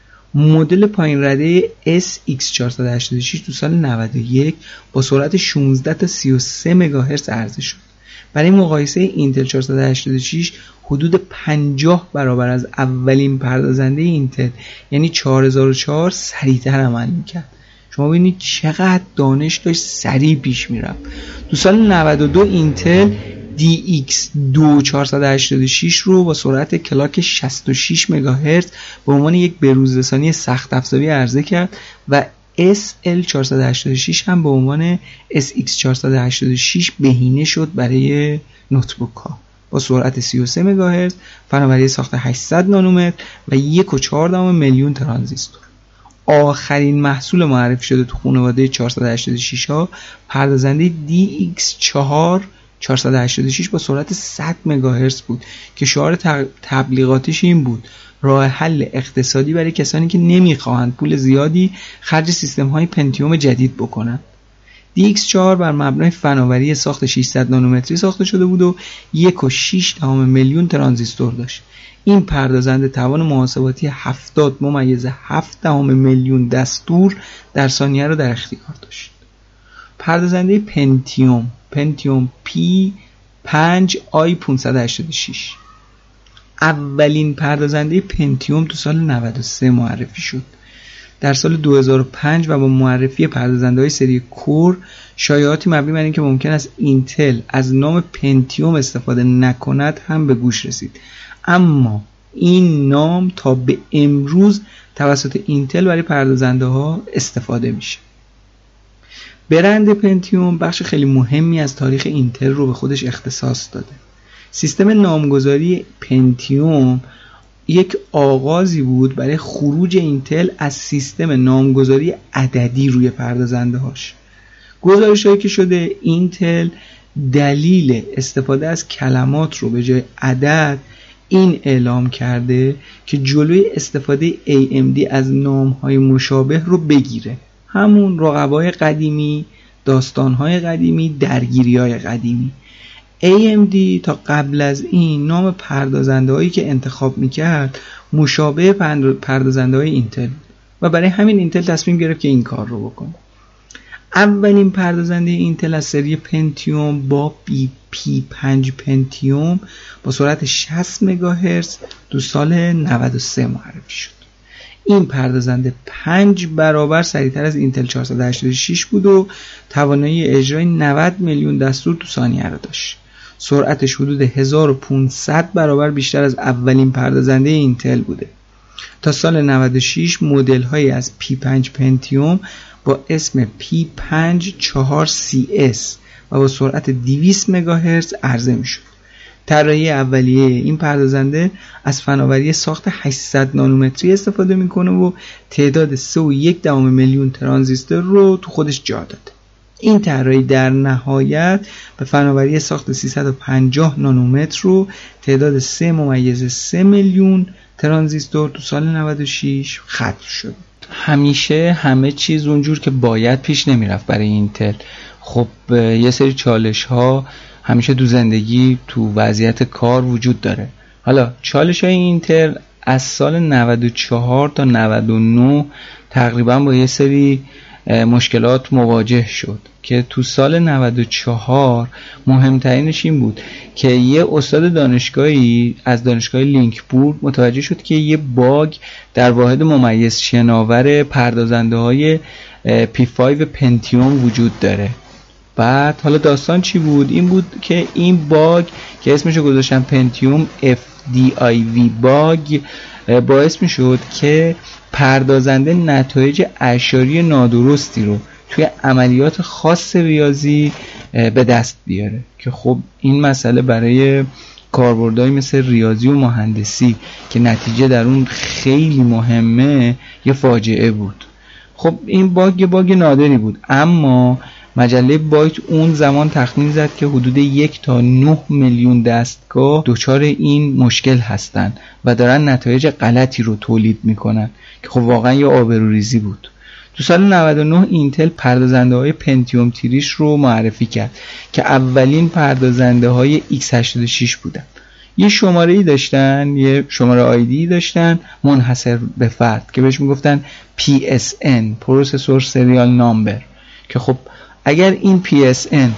مدل پایین رده اس ایکس چهارصد و هشتاد و شش تو سال نود و یک با سرعت شانزده تا سی و سه مگاهرتز عرضه شد. برای مقایسه اینتل چهارصد و هشتاد و شش حدود پنجاه برابر از اولین پردازنده اینتل یعنی چهار هزار و چهار سریعتر عمل میکرد. شما ببینید چقدر دانش داشت سریع پیش میرفت. تو سال نود و دو اینتل دی ایکس دو چهارصد و هشتاد و شش رو با سرعت کلاک شصت و شش مگاهرتز به عنوان یک بروزرسانی سخت افزاری عرضه کرد و اس ال چهارصد و هشتاد و شش هم به عنوان اس ایکس چهارصد و هشتاد و شش بهینه شد برای نوتبوک ها با سرعت سی و سه مگاهرتز، فناوری ساخت هشتصد نانومتر و یک و چهار دهم میلیون ترانزیستور. آخرین محصول معرفی شده تو خانواده چهارصد و هشتاد و شش ها پردازنده دی ایکس چهار چهارصد و هشتاد و شش با سرعت صد مگاهرتز بود که شعار تبلیغاتش این بود: راه حل اقتصادی برای کسانی که نمیخواهند پول زیادی خرج سیستم های پنتیوم جدید بکنند. دی ایکس چهار بر مبنای فناوری ساخت ششصد نانومتری ساخته شده بود و یک و شش دهم میلیون ترانزیستور داشت. این پردازنده توان محاسباتی هفتاد ممیز هفت دهم میلیون دستور در ثانیه را در اختیار داشت. پردازنده پنتیوم پنتیوم پی پنج آی پانصد و هشتاد و شش اولین پردازنده پنتیوم تو سال نود و سه معرفی شد. در سال دو هزار و پنج و با معرفی پردازنده‌های سری کور شایعاتی مبنی بر اینکه ممکن است اینتل از نام پنتیوم استفاده نکند هم به گوش رسید، اما این نام تا به امروز توسط اینتل برای پردازنده‌ها استفاده میشه. برند پنتیوم بخش خیلی مهمی از تاریخ اینتل رو به خودش اختصاص داده. سیستم نامگذاری پنتیوم یک آغازی بود برای خروج اینتل از سیستم نامگذاری عددی روی پردازنده هاش. گزارش هایی که شده اینتل دلیل استفاده از کلمات رو به جای عدد این اعلام کرده که جلوی استفاده ای ام دی از نام های مشابه رو بگیره، همون رقبای قدیمی، داستان‌های قدیمی، درگیری‌های قدیمی. ای ام دی تا قبل از این نام پردازنده‌هایی که انتخاب می‌کرد مشابه پردازنده‌های اینتل و برای همین اینتل تصمیم گرفت که این کار رو بکنه. اولین پردازنده اینتل از سری پنتیوم با بی پی پنج پنتیوم با سرعت شصت مگاهرتز تو سال نود و سه معرفی شد. این پردازنده پنج برابر سریعتر از اینتل چهارصد و هشتاد و شش بود و توانایی اجرای نود میلیون دستور تو ثانیه را داشت. سرعتش حدود هزار و پانصد برابر بیشتر از اولین پردازنده اینتل بوده. تا سال نود و شش مدل هایی از پی پنج پنتیوم با اسم پی پنج چهار سی اس و با سرعت دویست مگاهرتز عرضه می شد. طراحی اولیه این پردازنده از فناوری ساخت هشتصد نانومتری استفاده میکنه و تعداد سه و یک دهم میلیون ترانزیستور رو تو خودش جا داده. این طراحی در نهایت به فناوری ساخت سیصد و پنجاه نانومتر رو تعداد سه ممیز سه میلیون ترانزیستور تو سال نود و شش ختم شد. همیشه همه چیز اونجور که باید پیش نمیرفت برای اینتل. خب یه سری چالش ها همیشه تو زندگی تو وضعیت کار وجود داره. حالا چالش های اینتل از سال نود و چهار تا نود و نه تقریبا با یه سری مشکلات مواجه شد که تو سال نود و چهار مهمترینش این بود که یه استاد دانشگاهی از دانشگاه لینکبورگ متوجه شد که یه باگ در واحد ممیز شناور پردازنده های پی پنج پنتیوم وجود داره. بعد حالا داستان چی بود؟ این بود که این باگ که اسمشو گذاشتن پنتیوم اف دی آی وی باگ باعث می شد که پردازنده نتایج اعشاری نادرستی رو توی عملیات خاص ریاضی به دست بیاره که خب این مسئله برای کاربردهای مثل ریاضی و مهندسی که نتیجه در اون خیلی مهمه یه فاجعه بود. خب این باگ یه باگ نادری بود، اما مجله بایت اون زمان تخمین زد که حدود یک تا نه میلیون دستگاه دچار این مشکل هستن و دارن نتایج غلطی رو تولید میکنن که خب واقعا یه آبروریزی بود. تو سال نود و نه اینتل پردازنده های پنتیوم تریش رو معرفی کرد که اولین پردازنده های ایکس هشتاد و شش بودن. یه شماره ای داشتن، یه شماره آیدی داشتن منحصر به فرد که بهش میگفتن پی اس ان، پروسسور سریال نامبر، که خب اگر این پی اس ان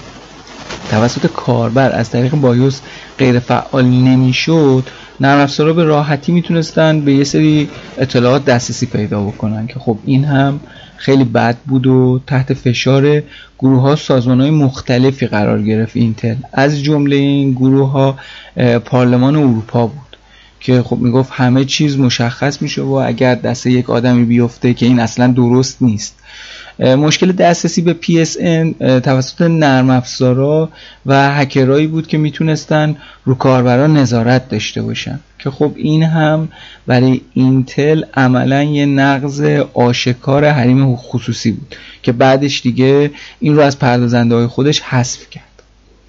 توسط کاربر از طریق بایوس غیر فعال نمیشد، نرم افزارها به راحتی میتونستن به یه سری اطلاعات دسترسی پیدا بکنن که خب این هم خیلی بد بود و تحت فشار گروه ها سازمان های مختلفی قرار گرفت اینتل. از جمله این گروه ها پارلمان اروپا بود که خب میگفت همه چیز مشخص میشه و اگر دست یک آدمی بیفته که این اصلا درست نیست. مشکل دسترسی به پی اس ان توسط نرم افزارها و هکرایی بود که میتونستن رو کاربران نظارت داشته باشن که خب این هم برای اینتل عملا یه نقض آشکار حریم خصوصی بود که بعدش دیگه این رو از پردازنده های خودش حذف کرد.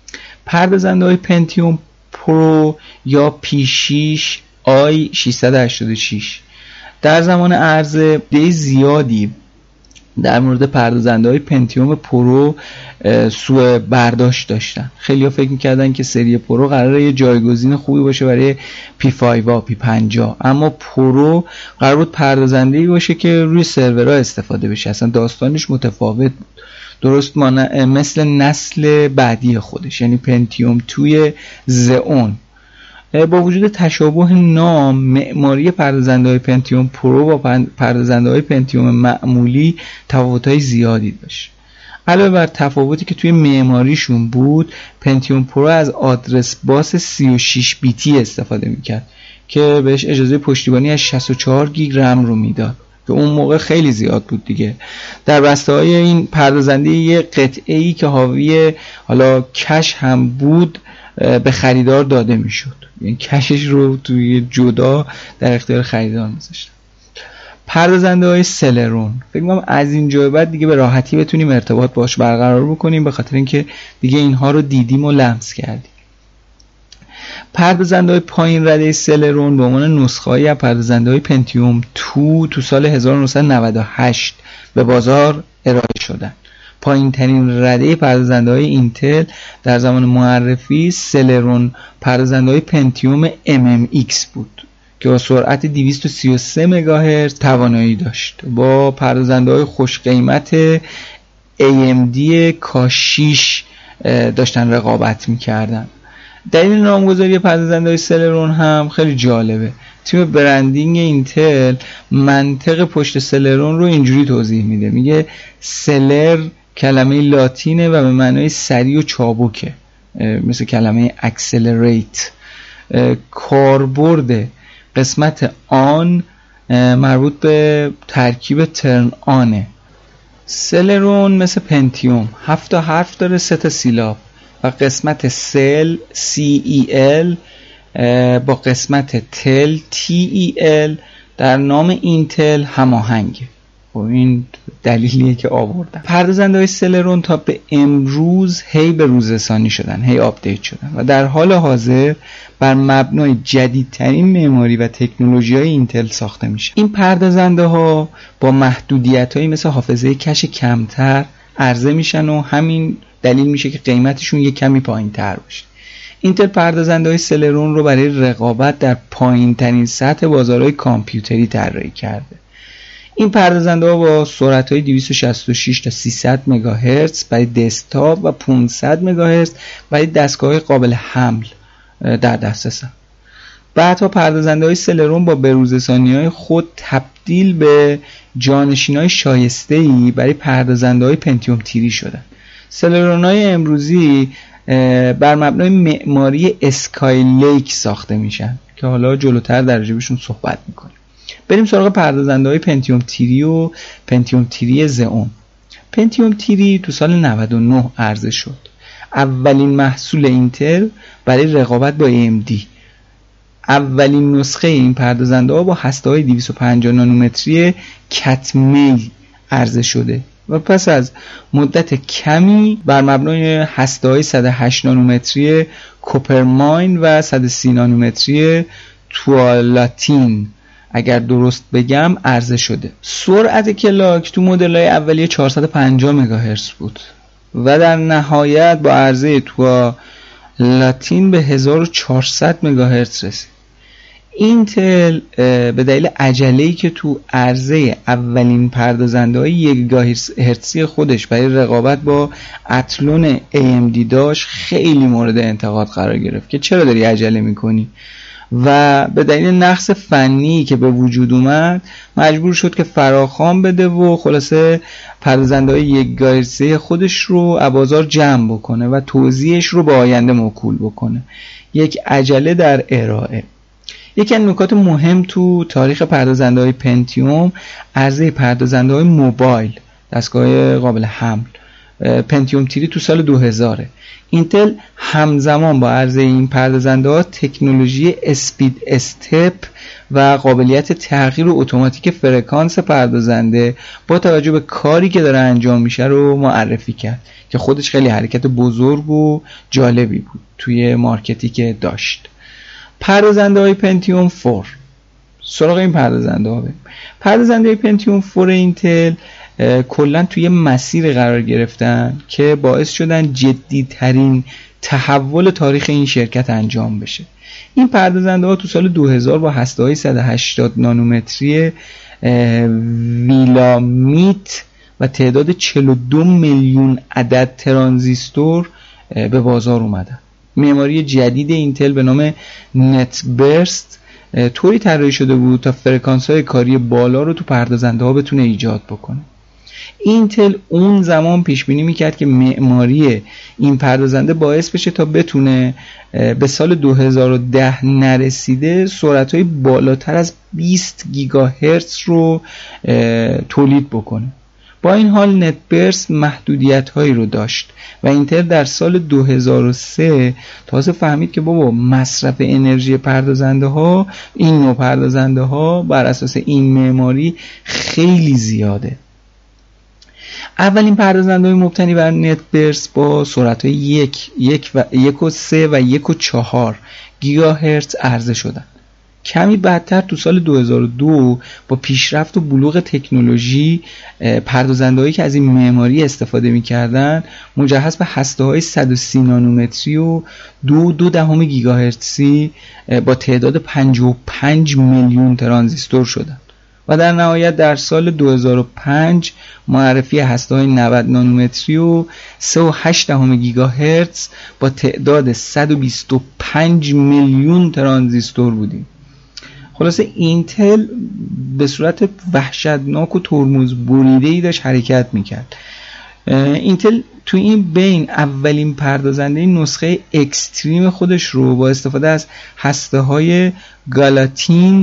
پردازنده های پنتیوم پرو یا پی شش آی ششصد و هشتاد و شش در زمان عرضه ده زیادی در مورد پردازنده های پنتیوم پرو سوء برداشت داشتن. خیلی ها فکر میکردن که سری پرو قراره یه جایگزین خوبی باشه برای پی پنج و پی پنجاه، اما پرو قرار بود پردازنده‌ای باشه که روی سرورها استفاده بشه. اصلا داستانش متفاوت بود، درست مثل نسل بعدی خودش، یعنی پنتیوم توی زئون. با وجود تشابه نام، معماری پردازنده‌های پنتیوم پرو با پردازنده‌های پنتیوم معمولی تفاوت‌های زیادی داشت. علاوه بر تفاوتی که توی معماریشون بود، پنتیوم پرو از آدرس باس سی و شش بیتی استفاده می‌کرد که بهش اجازه پشتیبانی از شصت و چهار گیگ رم رو میداد که اون موقع خیلی زیاد بود دیگه. در بسته‌های این پردازنده یه قطعه‌ای که حاوی حالا کش هم بود به خریدار داده میشد، یعنی کشش رو توی جدا در اختیار خریدار میذاشتن. پردازنده های سلرون فکر می‌کنم از اینجا بعد دیگه به راحتی بتونیم ارتباط باش برقرار بکنیم، به خاطر اینکه دیگه اینها رو دیدیم و لمس کردیم. پردازنده های پایین رده سلرون به عنوان نسخه‌ای از پردازنده های پنتیوم دو تو سال هزار و نهصد و نود و هشت به بازار ارائه شدن. پایین ترین رده پردازنده های اینتل در زمان معرفی سلرون پردازنده های پنتیوم ام ام ایکس بود که با سرعت دویست و سی و سه مگاهرتز توانایی داشت. با پردازنده های خوش قیمت ای ام دی کا شش داشتن رقابت میکردن. دلیل نامگذاری پردازنده های سلرون هم خیلی جالبه. تیم برندینگ اینتل منطق پشت سلرون رو اینجوری توضیح میده، میگه سلر کلمه لاتینه و به معنای سریع و چابکه، مثل کلمه اکسلریت. کاربرد قسمت آن مربوط به ترکیب ترن آنه. سلرون مثل پنتیوم هفت تا حرف داره، سه تا سیلاب و قسمت سل سی ای ال با قسمت تل تی ای ال در نام اینتل هماهنگه. و این دلیلیه که آوردن. پردازنده‌های سلرون تا به امروز هی به روزرسانی شدن، هی آپدیت شدن و در حال حاضر بر مبنای جدیدترین معماری و تکنولوژی‌های اینتل ساخته میشه. این پردازنده‌ها با محدودیت‌هایی مثل حافظه کش کمتر عرضه میشن و همین دلیل میشه که قیمتشون یک کمی پایین‌تر باشه. اینتل پردازنده‌های سلرون رو برای رقابت در پایین‌ترین سطح بازارهای کامپیوتری طراحی کرده. این پردازنده‌ها با سرعت‌های دویست و شصت و شش تا سیصد مگاهرتز برای دسکتاپ و پانصد مگاهرتز برای دستگاه‌های قابل حمل در دسترسن. بعدها پردازنده‌های سلرون با بروزرسانی‌های خود تبدیل به جانشین‌های شایسته‌ای برای پردازنده‌های پنتیوم تیری شدن. سلرون‌های امروزی بر مبنای معماری اسکایلیک ساخته میشن که حالا جلوتر در راجبشون صحبت میکنیم. بریم سراغ پردازنده‌های پنتیوم تیری و پنتیوم تیری زئون. پنتیوم تیری تو سال نود و نه عرضه شد. اولین محصول اینتل برای رقابت با ای ام دی. اولین نسخه این پردازنده‌ها با هسته‌های دویست و پنجاه نانومتری کتمیل عرضه شده و پس از مدت کمی بر مبنای هسته‌های صد و هشت نانومتری کوپرماین و صد و سی نانومتری توالاتین اگر درست بگم عرضه شده. سرعت کلاک تو مدل‌های اولیه چهارصد و پنجاه مگاهرتز بود و در نهایت با عرضه توالاتین به هزار و چهارصد مگاهرتز رسید. اینتل به دلیل عجله‌ای که تو عرضه اولین پردازنده‌های یک گیگاهرتزی خودش برای رقابت با اتلون ای ام دی داشت خیلی مورد انتقاد قرار گرفت که چرا داری عجله میکنی و به دلیل نقص فنی که به وجود اومد مجبور شد که فراخوان بده و خلاصه پردازنده‌های یک گیگاهرتزی خودش رو از بازار جمع بکنه و توزیعش رو به آینده موکول بکنه. یک عجله در ارائه. یکی از نکات مهم تو تاریخ پردازنده‌های پنتیوم عرضه پردازنده‌های موبایل، دستگاه قابل حمل. پنتیوم تیری تو سال دو هزاره. اینتل همزمان با عرضه این پردازنده‌ها تکنولوژی اسپید استپ و قابلیت تغییر اتوماتیک فرکانس پردازنده با توجه به کاری که داره انجام میشه رو معرفی کرد که خودش خیلی حرکت بزرگ و جالبی بود توی مارکتی که داشت. پردازنده‌های پنتیوم چهار. سراغ این پردازنده‌ها بریم. پردازنده‌های پنتیوم چهار اینتل کلا توی مسیر قرار گرفتن که باعث شدن جدی‌ترین تحول تاریخ این شرکت انجام بشه. این پردازنده‌ها تو سال دو هزار با هسته‌های صد و هشتاد نانومتری ویلامیت و تعداد چهل و دو میلیون عدد ترانزیستور به بازار اومدن. معماری جدید اینتل به نام نت برست طوری طراحی شده بود تا فرکانس‌های کاری بالا رو تو پردازنده‌ها بتونه ایجاد بکنه. اینتل اون زمان پیش بینی میکرد که معماری این پردازنده باعث بشه تا بتونه به سال دو هزار و ده نرسیده سرعت‌های بالاتر از بیست گیگاهرتز رو تولید بکنه. با این حال نت برست محدودیت‌هایی رو داشت و اینتل در سال دو هزار و سه تازه فهمید که بابا مصرف انرژی پردازنده‌ها، این نوع پردازنده‌ها بر اساس این معماری خیلی زیاده. اولین پردازنده‌های مبتنی بر نت برست با سرعت‌های یک، یک و یک و سه و یک و چهار گیگاهرتز عرضه شدند. کمی بعدتر تو سال دو هزار و دو با پیشرفت و بلوغ تکنولوژی پردازنده‌هایی که از این معماری استفاده می‌کردن مجهز به هسته‌های صد و سی نانومتری و دو دو دهم گیگاهرتزی با تعداد پنجاه و پنج میلیون ترانزیستور شدند و در نهایت در سال دو هزار و پنج معرفی هسته‌های نود نانومتری و سه و هشت دهم گیگاهرتز با تعداد صد و بیست و پنج میلیون ترانزیستور بودیم. خلاصه اینتل به صورت وحشتناک و ترمز بریده‌ای داشت حرکت میکرد. اینتل تو این بین اولین پردازنده نسخه اکستریم خودش رو با استفاده از هسته‌های گالاتین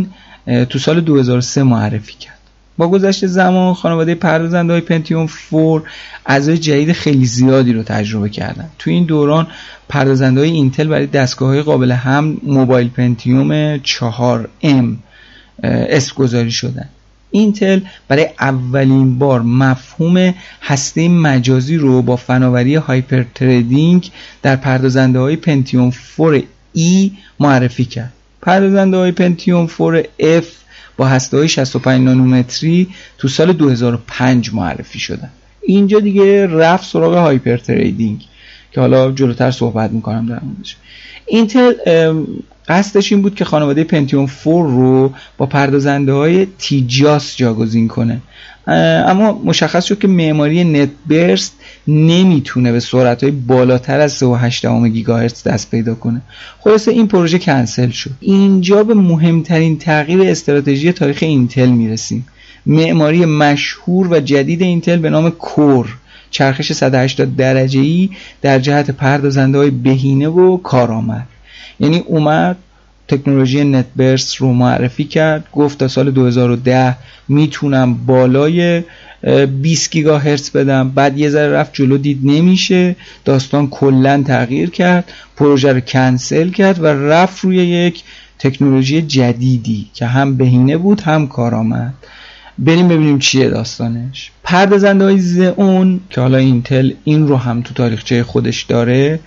تو سال دو هزار و سه معرفی کرد. با گذشت زمان خانواده پردازنده‌های پنتیوم چهار اعضای جدید خیلی زیادی رو تجربه کردن. تو این دوران پردازنده‌های اینتل برای دستگاه‌های قابل حمل موبایل پنتیوم چهار ام اسم گذاری شدن. اینتل برای اولین بار مفهوم هسته مجازی رو با فناوری هایپر تریدینگ در پردازنده‌های پنتیوم چهار ای معرفی کرد. پردازنده‌های پنتیوم چهار اف با هسته‌های شصت و پنج نانومتری تو سال دو هزار و پنج معرفی شدن. اینجا دیگه رفت سراغ هایپر تریدینگ که حالا جلوتر صحبت میکنم در موردش. اینتل قصدش این بود که خانواده پنتیوم چهار رو با پردازنده‌های تیجاس جاگزین کنه، اما مشخص شد که معماری نت برست نمیتونه به سرعت‌های بالاتر از سه و هشت دهم گیگاهرتز دست پیدا کنه. خلاصه این پروژه کنسل شد. اینجا به مهمترین تغییر استراتژی تاریخ اینتل میرسیم. معماری مشهور و جدید اینتل به نام کور، چرخش صد و هشتاد درجه‌ای در جهت پردازنده‌های بهینه و کارآمد. یعنی اومد تکنولوژی نت برست رو معرفی کرد، گفت تا سال دو هزار و ده میتونم بالای بیست گیگاهرتز بدم. بعد یه ذره رفت جلو، دید نمیشه، داستان کلا تغییر کرد، پروژه رو کنسل کرد و رفت روی یک تکنولوژی جدیدی که هم بهینه بود هم کارآمد. بریم ببینیم چیه داستانش. پردازنده‌های زئون که حالا اینتل این رو هم تو تاریخچه خودش داره،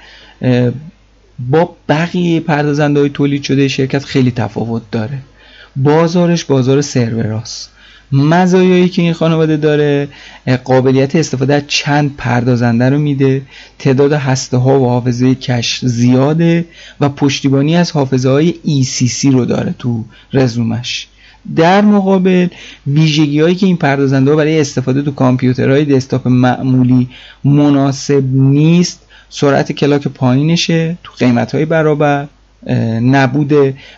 با بقیه پردازنده‌های تولید شده شرکت خیلی تفاوت داره. بازارش بازار سروراست. مزایایی که این خانواده داره، قابلیت استفاده از چند پردازنده رو میده، تعداد هسته‌ها و حافظه کش زیاده و پشتیبانی از حافظه‌های ای سی سی رو داره تو رزومش. در مقابل ویژگی‌هایی که این پردازنده‌ها برای استفاده تو کامپیوترهای دسکتاپ معمولی مناسب نیست، سرعت کلاک پایینشه تو قیمت‌های برابر، نبود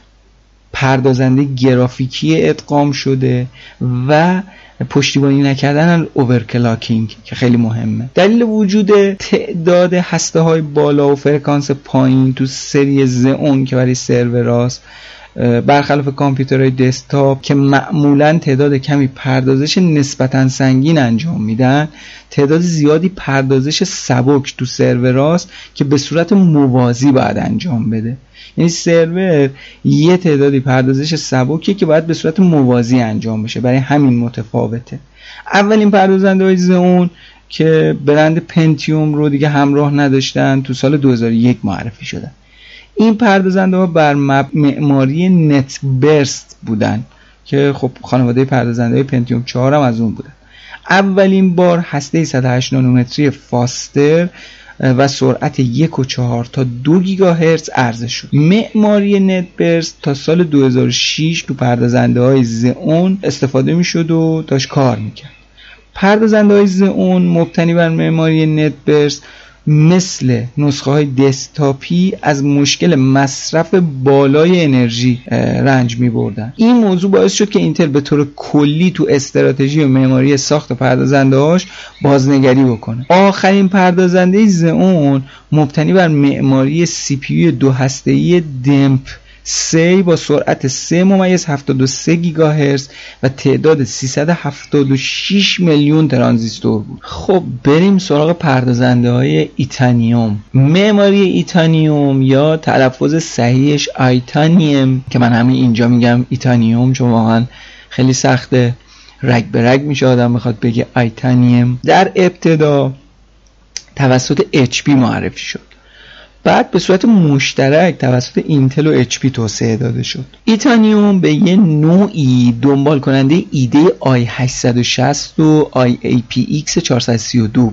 پردازنده گرافیکی ادغام شده و پشتیبانی نکردن اوورکلاکینگ که خیلی مهمه. دلیل وجود تعداد هسته‌های بالا و فرکانس پایین تو سری زئون که برای سروراست، برخلاف کامپیوترهای دسکتاپ که معمولاً تعداد کمی پردازش نسبتاً سنگین انجام میدن، تعداد زیادی پردازش سبک تو سروراست که به صورت موازی باید انجام بده. یعنی سرور یه تعدادی پردازش سبکی که باید به صورت موازی انجام بشه، برای همین متفاوته. اولین پردازنده‌های زئون که برند پنتیوم رو دیگه همراه نداشتن تو سال دو هزار و یک معرفی شدن. این پردازنده ها بر معماری نت برست بودن که خب خانواده پردازنده پنتیوم چهار هم از اون بودن. اولین بار هسته صد و هشت نانومتری فاستر و سرعت یک و چهار تا دو گیگاهرتز عرضه شد. معماری نت برست تا سال دو هزار و شش تو پردازنده های زئون استفاده می شد و داشت کار می کرد. پردازنده های زئون مبتنی بر معماری نت برست مثل نسخه های دسکتاپی از مشکل مصرف بالای انرژی رنج می بردن. این موضوع باعث شد که اینتل به طور کلی تو استراتژی و معماری ساخت پردازنده هاش بازنگری بکنه. آخرین پردازنده زئون مبتنی بر معماری سی پی یو دو هسته‌ای دمپ سه با سرعت سه ممیز هفتاد و سه گیگاهرتز و تعداد سیصد و هفتاد و شش میلیون ترانزیستور بود. خب بریم سراغ پردازنده های ایتانیوم. معماری ایتانیوم یا تلفظ صحیحش آیتانیم که من همین اینجا میگم ایتانیوم چون واقعا خیلی سخته، رگ به رگ میشه آدم بخواد بگه آیتانیم، در ابتدا توسط اچ پی معرفی شد، بعد به صورت مشترک توسط اینتل و اچ پی توسعه داده شد. ایتانیوم به یه نوعی دنبال کننده ایده آی هشتصد و شصت و آی ای پی ایکس چهارصد و سی و دو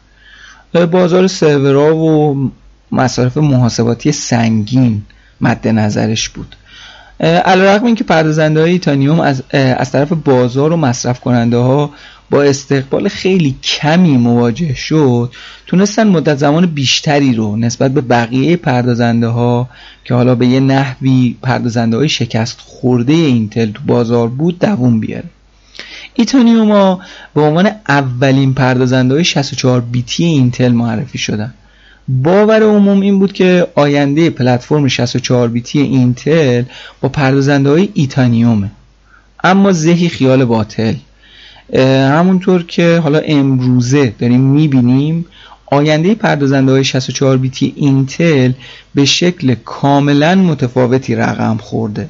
بود. بازار سرورها و مصارف محاسباتی سنگین مد نظرش بود. علیرغم اینکه پردازنده های ایتانیوم از از طرف بازار و مصرف کننده ها با استقبال خیلی کمی مواجه شد، تونستن مدت زمان بیشتری رو نسبت به بقیه پردازنده ها که حالا به یه نحوی پردازنده های شکست خورده اینتل تو بازار بود دووم بیاره. ایتانیوم ها به عنوان اولین پردازنده های شصت و چهار بیتی اینتل معرفی شدن. باور عموم این بود که آینده پلتفرم شصت و چهار بیتی اینتل با پردازنده های ایتانیومه. اما زهی خیال باطل. همونطور که حالا امروزه داریم میبینیم آینده پردازنده های شصت و چهار بیتی اینتل به شکل کاملا متفاوتی رقم خورده.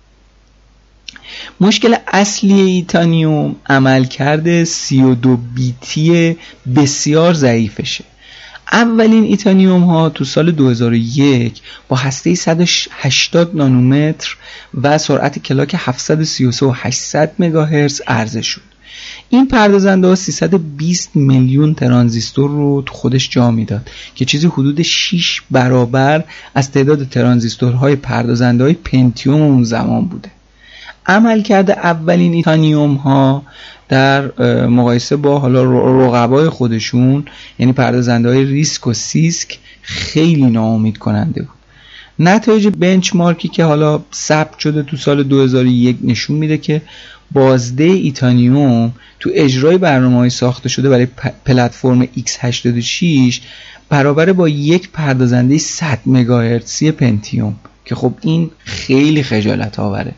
مشکل اصلی ایتانیوم عملکرد سی و دو بیتی بسیار ضعیفشه. اولین ایتانیوم ها تو سال دو هزار و یک با هسته صد و هشتاد نانومتر و سرعت کلاک هفتصد و سی و سه و هشتصد مگاهرتز عرضه شد. این پردازنده ها سیصد و بیست میلیون ترانزیستور رو تو خودش جا میداد که چیزی حدود شش برابر از تعداد ترانزیستورهای پردازنده های پنتیوم اون زمان بوده. عملکرد اولین ایتانیوم ها در مقایسه با حالا رقبای خودشون یعنی پردازنده های ریسک و سیسک خیلی ناامید کننده بود. نتایج بنچمارکی که حالا ثبت شده تو سال دو هزار و یک نشون میده که بازده ایتانیوم تو اجرای برنامه‌های ساخته شده برای پلتفرم ایکس هشتاد و شش برابر با یک پردازنده صد مگاهرتزی پنتیوم که خب این خیلی خجالت آوره.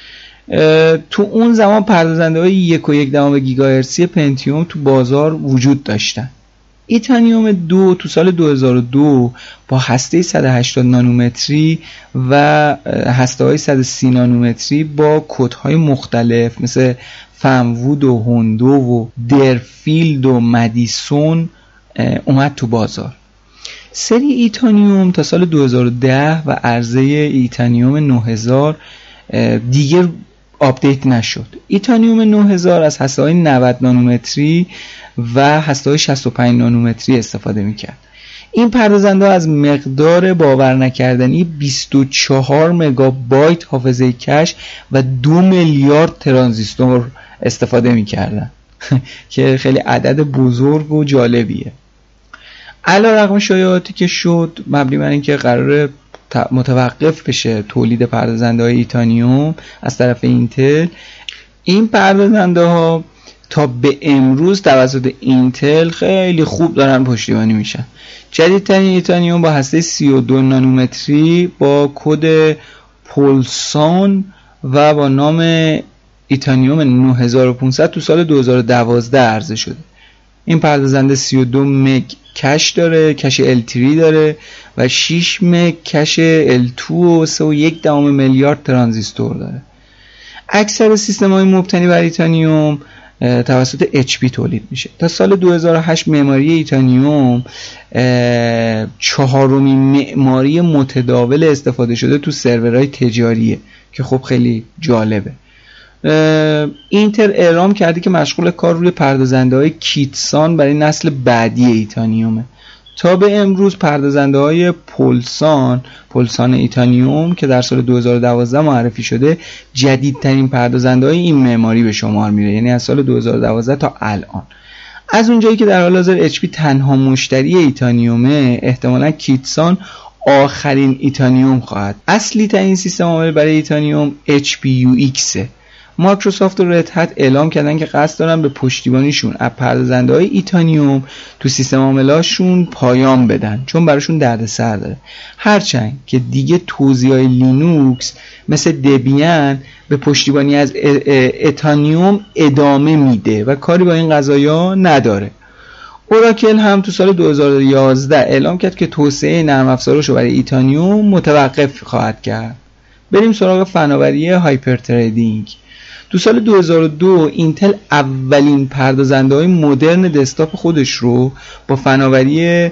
تو اون زمان پردازنده های یک و یک دهم گیگاهرتزی پنتیوم تو بازار وجود داشتن. ایتانیوم دو تو سال دو هزار و دو با هسته صد و هشتاد نانومتری و هسته های صد و سی نانومتری با کدهای مختلف مثل فموود و هوندو و درفیلد و مدیسون اومد تو بازار. سری ایتانیوم تا سال دو هزار و ده و عرضه ایتانیوم نه هزار دیگه آپدیت نشد. ایتانیوم نه هزار از هسته‌های نود نانومتری و هسته‌های شصت و پنج نانومتری استفاده می‌کرد. این پردازنده از مقدار باور نکردنی بیست و چهار مگابایت حافظه کش و دو میلیارد ترانزیستور استفاده می‌کردن که خیلی عدد بزرگ و جالبیه. علیرغم شایعاتی که شد مبنی بر اینکه قراره متوقف بشه تولید پردازنده های ایتانیوم از طرف اینتل، این پردازنده ها تا به امروز توسط اینتل خیلی خوب دارن پشتیبانی میشن. جدیدترین ایتانیوم با هسته سی و دو نانومتری با کد پولسان و با نام ایتانیوم نه هزار و پانصد تو سال دو هزار و دوازده عرضه شده. این پردازنده سی و دو مگ کش داره، کش ال تری داره و شش مگ کش ال دو و سه و یک دهم میلیارد ترانزیستور داره. اکثر سیستم‌های مبتنی بر ایتانیوم توسط اچ پی تولید میشه. تا سال دو هزار و هشت معماری ایتانیوم چهارمین معماری متداول استفاده شده تو سرورهای تجاریه که خب خیلی جالبه. اینتل اعلام کرده که مشغول کار روی پردازنده های کیتسان برای نسل بعدی ایتانیومه. تا به امروز پردازنده های پولسان پولسان ایتانیوم که در سال دو هزار و دوازده معرفی شده جدیدترین پردازنده های این معماری به شمار میره، یعنی از سال دو هزار و دوازده تا الان. از اونجایی که در حال حاضر اچ پی تنها مشتری ایتانیومه، احتمالاً کیتسان آخرین ایتانیوم خواهد. اصلی ترین سیستم عامل برای ایتانیوم اچ پی یو ایکسه. مایکروسافت و رد هت اعلام کردن که قصد دارن به پشتیبانیشون از پردازنده‌های ایتانیوم تو سیستم عاملاشون پایان بدن چون براشون دردسر داره. هرچند که دیگه توزیع‌های لینوکس مثل دبیان به پشتیبانی از ایتانیوم ادامه میده و کاری با این قضایا نداره. اوراکل هم تو سال دو هزار و یازده اعلام کرد که توسعه نرم افزارش رو برای ایتانیوم متوقف خواهد کرد. بریم سراغ فناوری هایپر تریدینگ. تو سال دو هزار و دو اینتل اولین پردازنده های مدرن دسکتاپ خودش رو با فناوری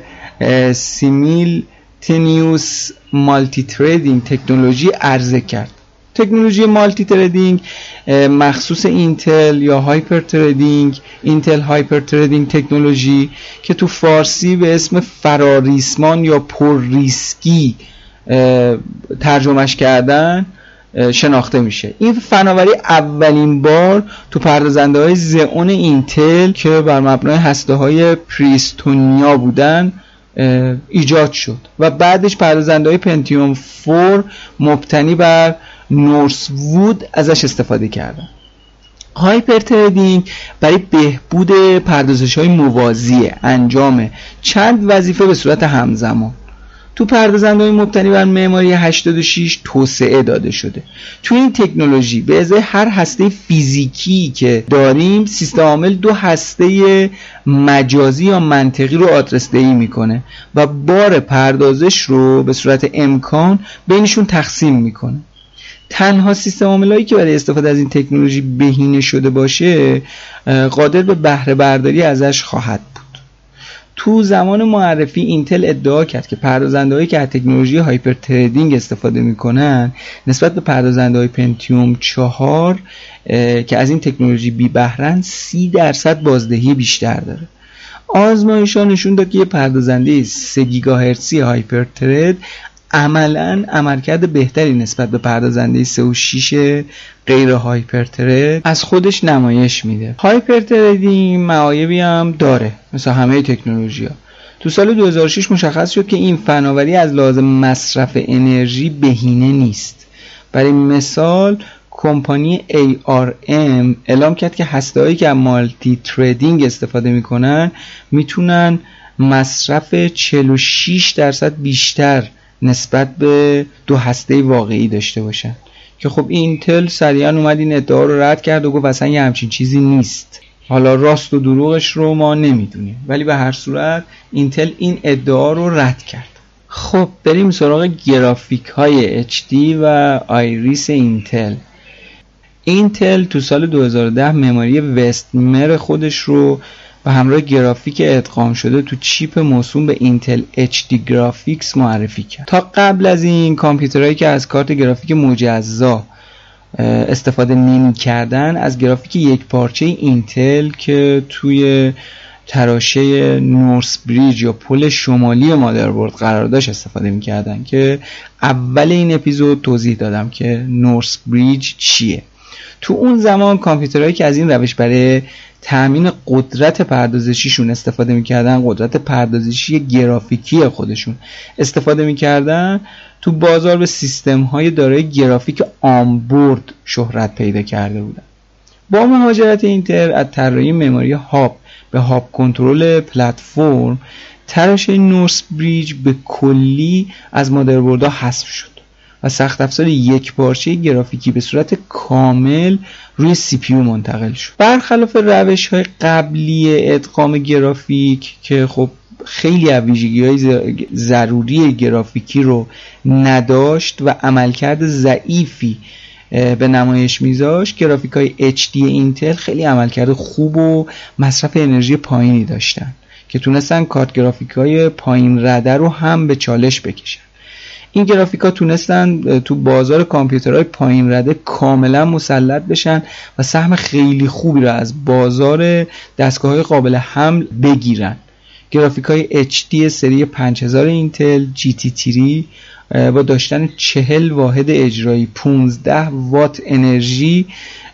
سیمیلتنیوس مالتی تریدینگ تکنولوژی عرضه کرد. تکنولوژی مالتی تریدینگ مخصوص اینتل یا هایپر تریدینگ، اینتل هایپر تریدینگ تکنولوژی که تو فارسی به اسم فراریسمان یا پر ریسکی ترجمهش کردن شناخته میشه. این فناوری اولین بار تو پردازنده های زئون اینتل که بر مبنای هسته های پریستونیا بودن ایجاد شد و بعدش پردازنده های پنتیوم چهار مبتنی بر نورس وود ازش استفاده کردن. هایپر تریدینگ برای بهبود پردازش های موازی انجام چند وظیفه به صورت همزمان. تو پردازنده‌های مبتنی بر معماری هشتاد و شش توسعه داده شده. تو این تکنولوژی به ازای هر هسته فیزیکی که داریم، سیستم عامل دو هسته مجازی یا منطقی رو آدرس دهی میکنه و بار پردازش رو به صورت امکان بینشون تقسیم میکنه. تنها سیستم عاملایی که برای استفاده از این تکنولوژی بهینه شده باشه قادر به بهره برداری ازش خواهد بود. تو زمان معرفی اینتل ادعا کرد که پردازنده‌هایی که از تکنولوژی هایپر تریدینگ استفاده میکنن نسبت به پردازنده‌های پنتیوم چهار که از این تکنولوژی بی بهره‌اند سی درصد بازدهی بیشتر داره. آزمایش‌ها نشون داد که یه پردازنده سه گیگاهرتزی هایپر ترید عملاً عملکرد بهتری نسبت به پردازنده سه و شش غیر هایپر ترید از خودش نمایش میده. هایپر تریدینگ معایبی هم داره مثل همه تکنولوژی‌ها. تو سال دو هزار و شش مشخص شد که این فناوری از لحاظ مصرف انرژی بهینه نیست. برای مثال کمپانی ای آر ام اعلام کرد که هسته‌هایی که از مالتی تریدینگ استفاده میکنن میتونن مصرف چهل و شش درصد بیشتر نسبت به دو هسته واقعی داشته باشن که خب اینتل سریعا اومد این ادعا رو رد کرد و گفت اصلا یه همچین چیزی نیست. حالا راست و دروغش رو ما نمیدونیم ولی به هر صورت اینتل این ادعا رو رد کرد. خب بریم سراغ گرافیک های اچ دی و آیریس اینتل. اینتل تو سال دو هزار و ده معماری وستمر خودش رو و همراه گرافیک ادغام شده تو چیپ موسوم به اینتل اچ دی گرافیکس معرفی کرد. تا قبل از این کامپیوترهایی که از کارت گرافیک مجزا استفاده نمی کردن از گرافیک یک پارچه اینتل که توی تراشه نورس بریج یا پل شمالی مادربرد قرار داشت استفاده می کردن که اول این اپیزود توضیح دادم که نورس بریج چیه. تو اون زمان کامپیوترهایی که از این روش برای تأمین قدرت پردازشیشون استفاده میکردن، قدرت پردازشی گرافیکی خودشون استفاده میکردن، تو بازار به سیستم های دارای گرافیک آنبورد شهرت پیدا کرده بودن. با مهاجرت اینتل از طراحی معماری هاب به هاب کنترل پلتفرم، تراشه نورس بریج به کلی از مادربردها حذف شد و سخت افزار یک پارچه گرافیکی به صورت کامل روی سی پی یو منتقل شد. برخلاف روش‌های قبلی ادغام گرافیک که خب خیلی از ویژگی‌های ضروری گرافیکی رو نداشت و عملکرد ضعیفی به نمایش میذاشت، گرافیک‌های اچ دی اینتل خیلی عملکرد خوب و مصرف انرژی پایینی داشتن که تونستن کارت گرافیک‌های پایین رده رو هم به چالش بکشن. این گرافیک‌ها تونستن تو بازار کامپیوترهای پایین رده کاملا مسلط بشن و سهم خیلی خوبی رو از بازار دستگاه‌های قابل حمل بگیرن. گرافیک‌های اچ دی سری پنج هزار اینتل جی تی تری با داشتن چهل واحد اجرایی پانزده وات انرژی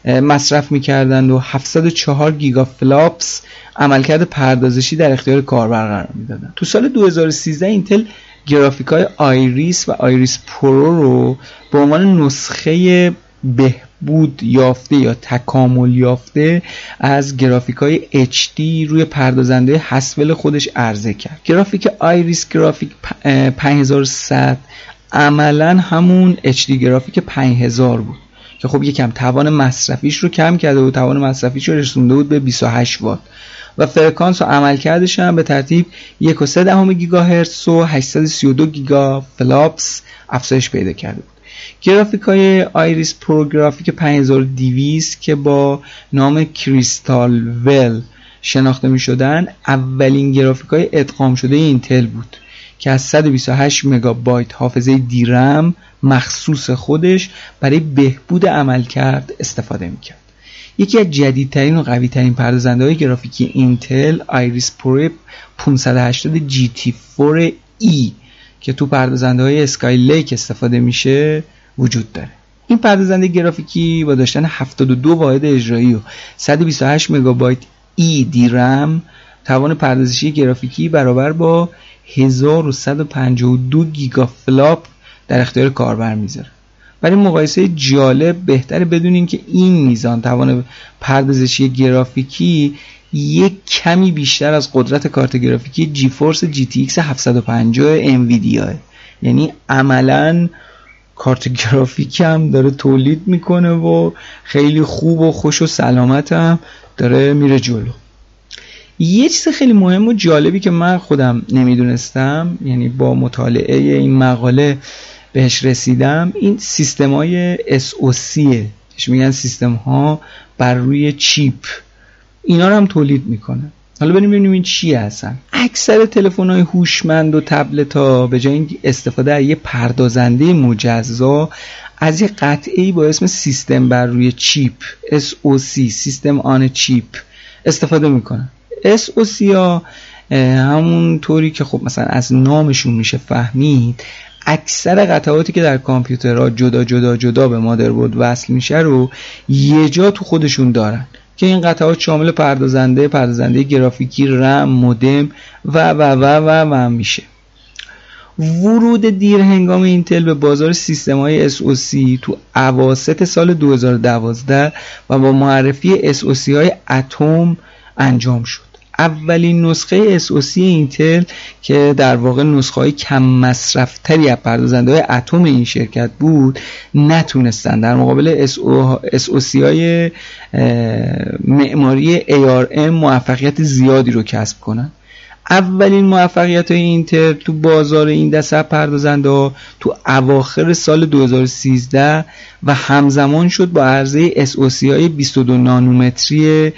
مصرف می‌کردند و هفتصد و چهار گیگا فلاپس عملکرد پردازشی در اختیار کاربر قرار می‌دادن. تو سال دو هزار و سیزده اینتل گرافیک‌های آیریس و آیریس پرو رو به عنوان نسخه بهبود یافته یا تکامل یافته از گرافیک‌های اچ دی روی پردازنده هسول خودش عرضه کرد. گرافیک آیریس گرافیک پنج هزار و صد عملاً همون اچ دی گرافیک پنج هزار بود که خب یکم توان مصرفیش رو کم کرده و توان مصرفیش رو رسونده بود به بیست و هشت وات و فرکانس و عملکردش هم به ترتیب یک و سه دهم گیگاهرتز و هشتصد و سی و دو گیگا فلاپس افزایش پیدا کرده بود. گرافیک های آیریس پرو گرافیک پنج هزار و دویست که با نام کریستال ول شناخته می شدن اولین گرافیک های ادغام شده اینتل بود که از صد و بیست و هشت مگابایت حافظه دیرم مخصوص خودش برای بهبود عملکرد استفاده می کرد. یکی از جدیدترین و قوی‌ترین پردازنده‌های گرافیکی اینتل آیریس پرو پانصد و هشتاد جی تی فور ای که تو پردازنده‌های اسکای لیک استفاده میشه وجود داره. این پردازنده گرافیکی با داشتن هفتاد و دو واحد اجرایی و صد و بیست و هشت مگابایت ای دیرم توان پردازشی گرافیکی برابر با هزار و صد و پنجاه و دو گیگا فلاپ در اختیار کاربر میذاره. برای مقایسه جالب بهتره بدونین که این میزان توان پردازشی گرافیکی یک کمی بیشتر از قدرت کارت گرافیکی جی فورس جی تی ایکس هفتصد و پنجاه انویدیا یعنی عملاً کارت گرافیک هم داره تولید میکنه و خیلی خوب و خوش و سلامت هم داره میره جلو. یه چیز خیلی مهم و جالبی که من خودم نمیدونستم، یعنی با مطالعه این مقاله بهش رسیدم، این سیستم های اس او سی که میگن سیستم ها بر روی چیپ، اینا رو هم تولید میکنه. حالا بریم ببینیم این چی هستن. اکثر تلفن‌های هوشمند و تبلت‌ها به جای اینکه استفاده از یه پردازنده مجزا، از یه قطعه‌ای با اسم سیستم بر روی چیپ اس او سی، سیستم آن چیپ استفاده میکنن. اس او سی ها همون طوری که خب مثلا از نامشون میشه فهمید، اکثر قطعاتی که در کامپیوترها جدا جدا جدا به مادربرد وصل میشه رو یه جا تو خودشون دارن که این قطعات شامل پردازنده، پردازنده گرافیکی، رم، مودم و و و و و میشه. ورود دیر هنگام اینتل به بازار سیستم‌های اس او سی تو اواسط سال دو هزار و دوازده و با معرفی اس او سی های اتم انجام شد. اولین نسخه اس او سی اینتل که در واقع نسخه‌های کم مصرف‌تری از پردازنده‌های اتم این شرکت بود، نتونستن در مقابل اس او سی های معماری ای آر ام موفقیت زیادی رو کسب کنن. اولین موفقیت های اینتل تو بازار این دسته پردازنده ها تو اواخر سال دو هزار و سیزده و همزمان شد با عرضه اس او سی های بیست و دو نانومتری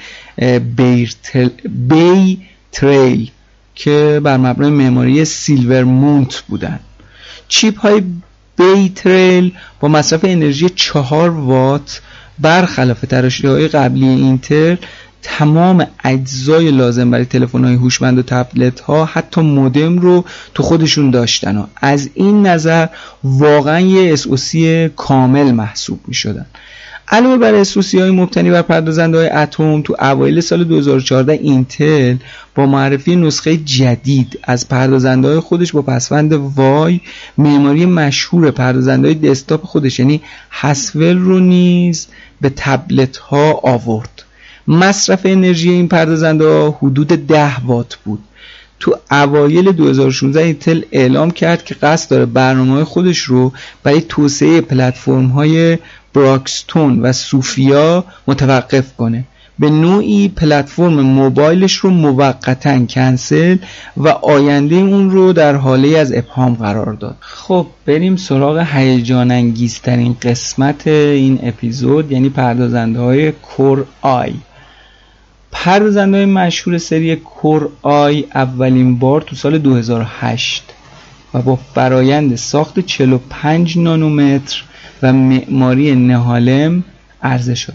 بی تریل که بر مبنای معماری سیلور مونت بودن. چیپ های بی تریل با مصرف انرژی چهار وات برخلاف تراشی‌های قبلی اینتل تمام اجزای لازم برای تلفن‌های هوشمند و تبلت‌ها، حتی مودم رو تو خودشون داشتن و از این نظر واقعا یه اس او سی کامل محسوب می‌شدن. علاوه بر اس او سی های مبتنی بر پردازنده‌های اتم، تو اوایل سال دو هزار و چهارده اینتل با معرفی نسخه جدید از پردازنده‌های خودش با پسوند وای، معماری مشهور پردازنده‌های دسکتاپ خودش یعنی هسول رو نیز به تبلت‌ها آورد. مصرف انرژی این پردازنده حدود ده وات بود. تو اوایل دو هزار و شانزده اینتل اعلام کرد که قصد داره برنامه‌های خودش رو برای توسعه پلتفرم‌های براکستون و سوفیا متوقف کنه. به نوعی پلتفرم موبایلش رو موقتاً کنسل و آینده اون رو در حاله از ابهام قرار داد. خب بریم سراغ هیجان انگیزترین قسمت این اپیزود، یعنی پردازنده‌های کور آی. پردازنده‌های مشهور سری کور آی اولین بار تو سال دو هزار و هشت و با فرایند ساخت چهل و پنج نانومتر و معماری نهالم عرضه شد.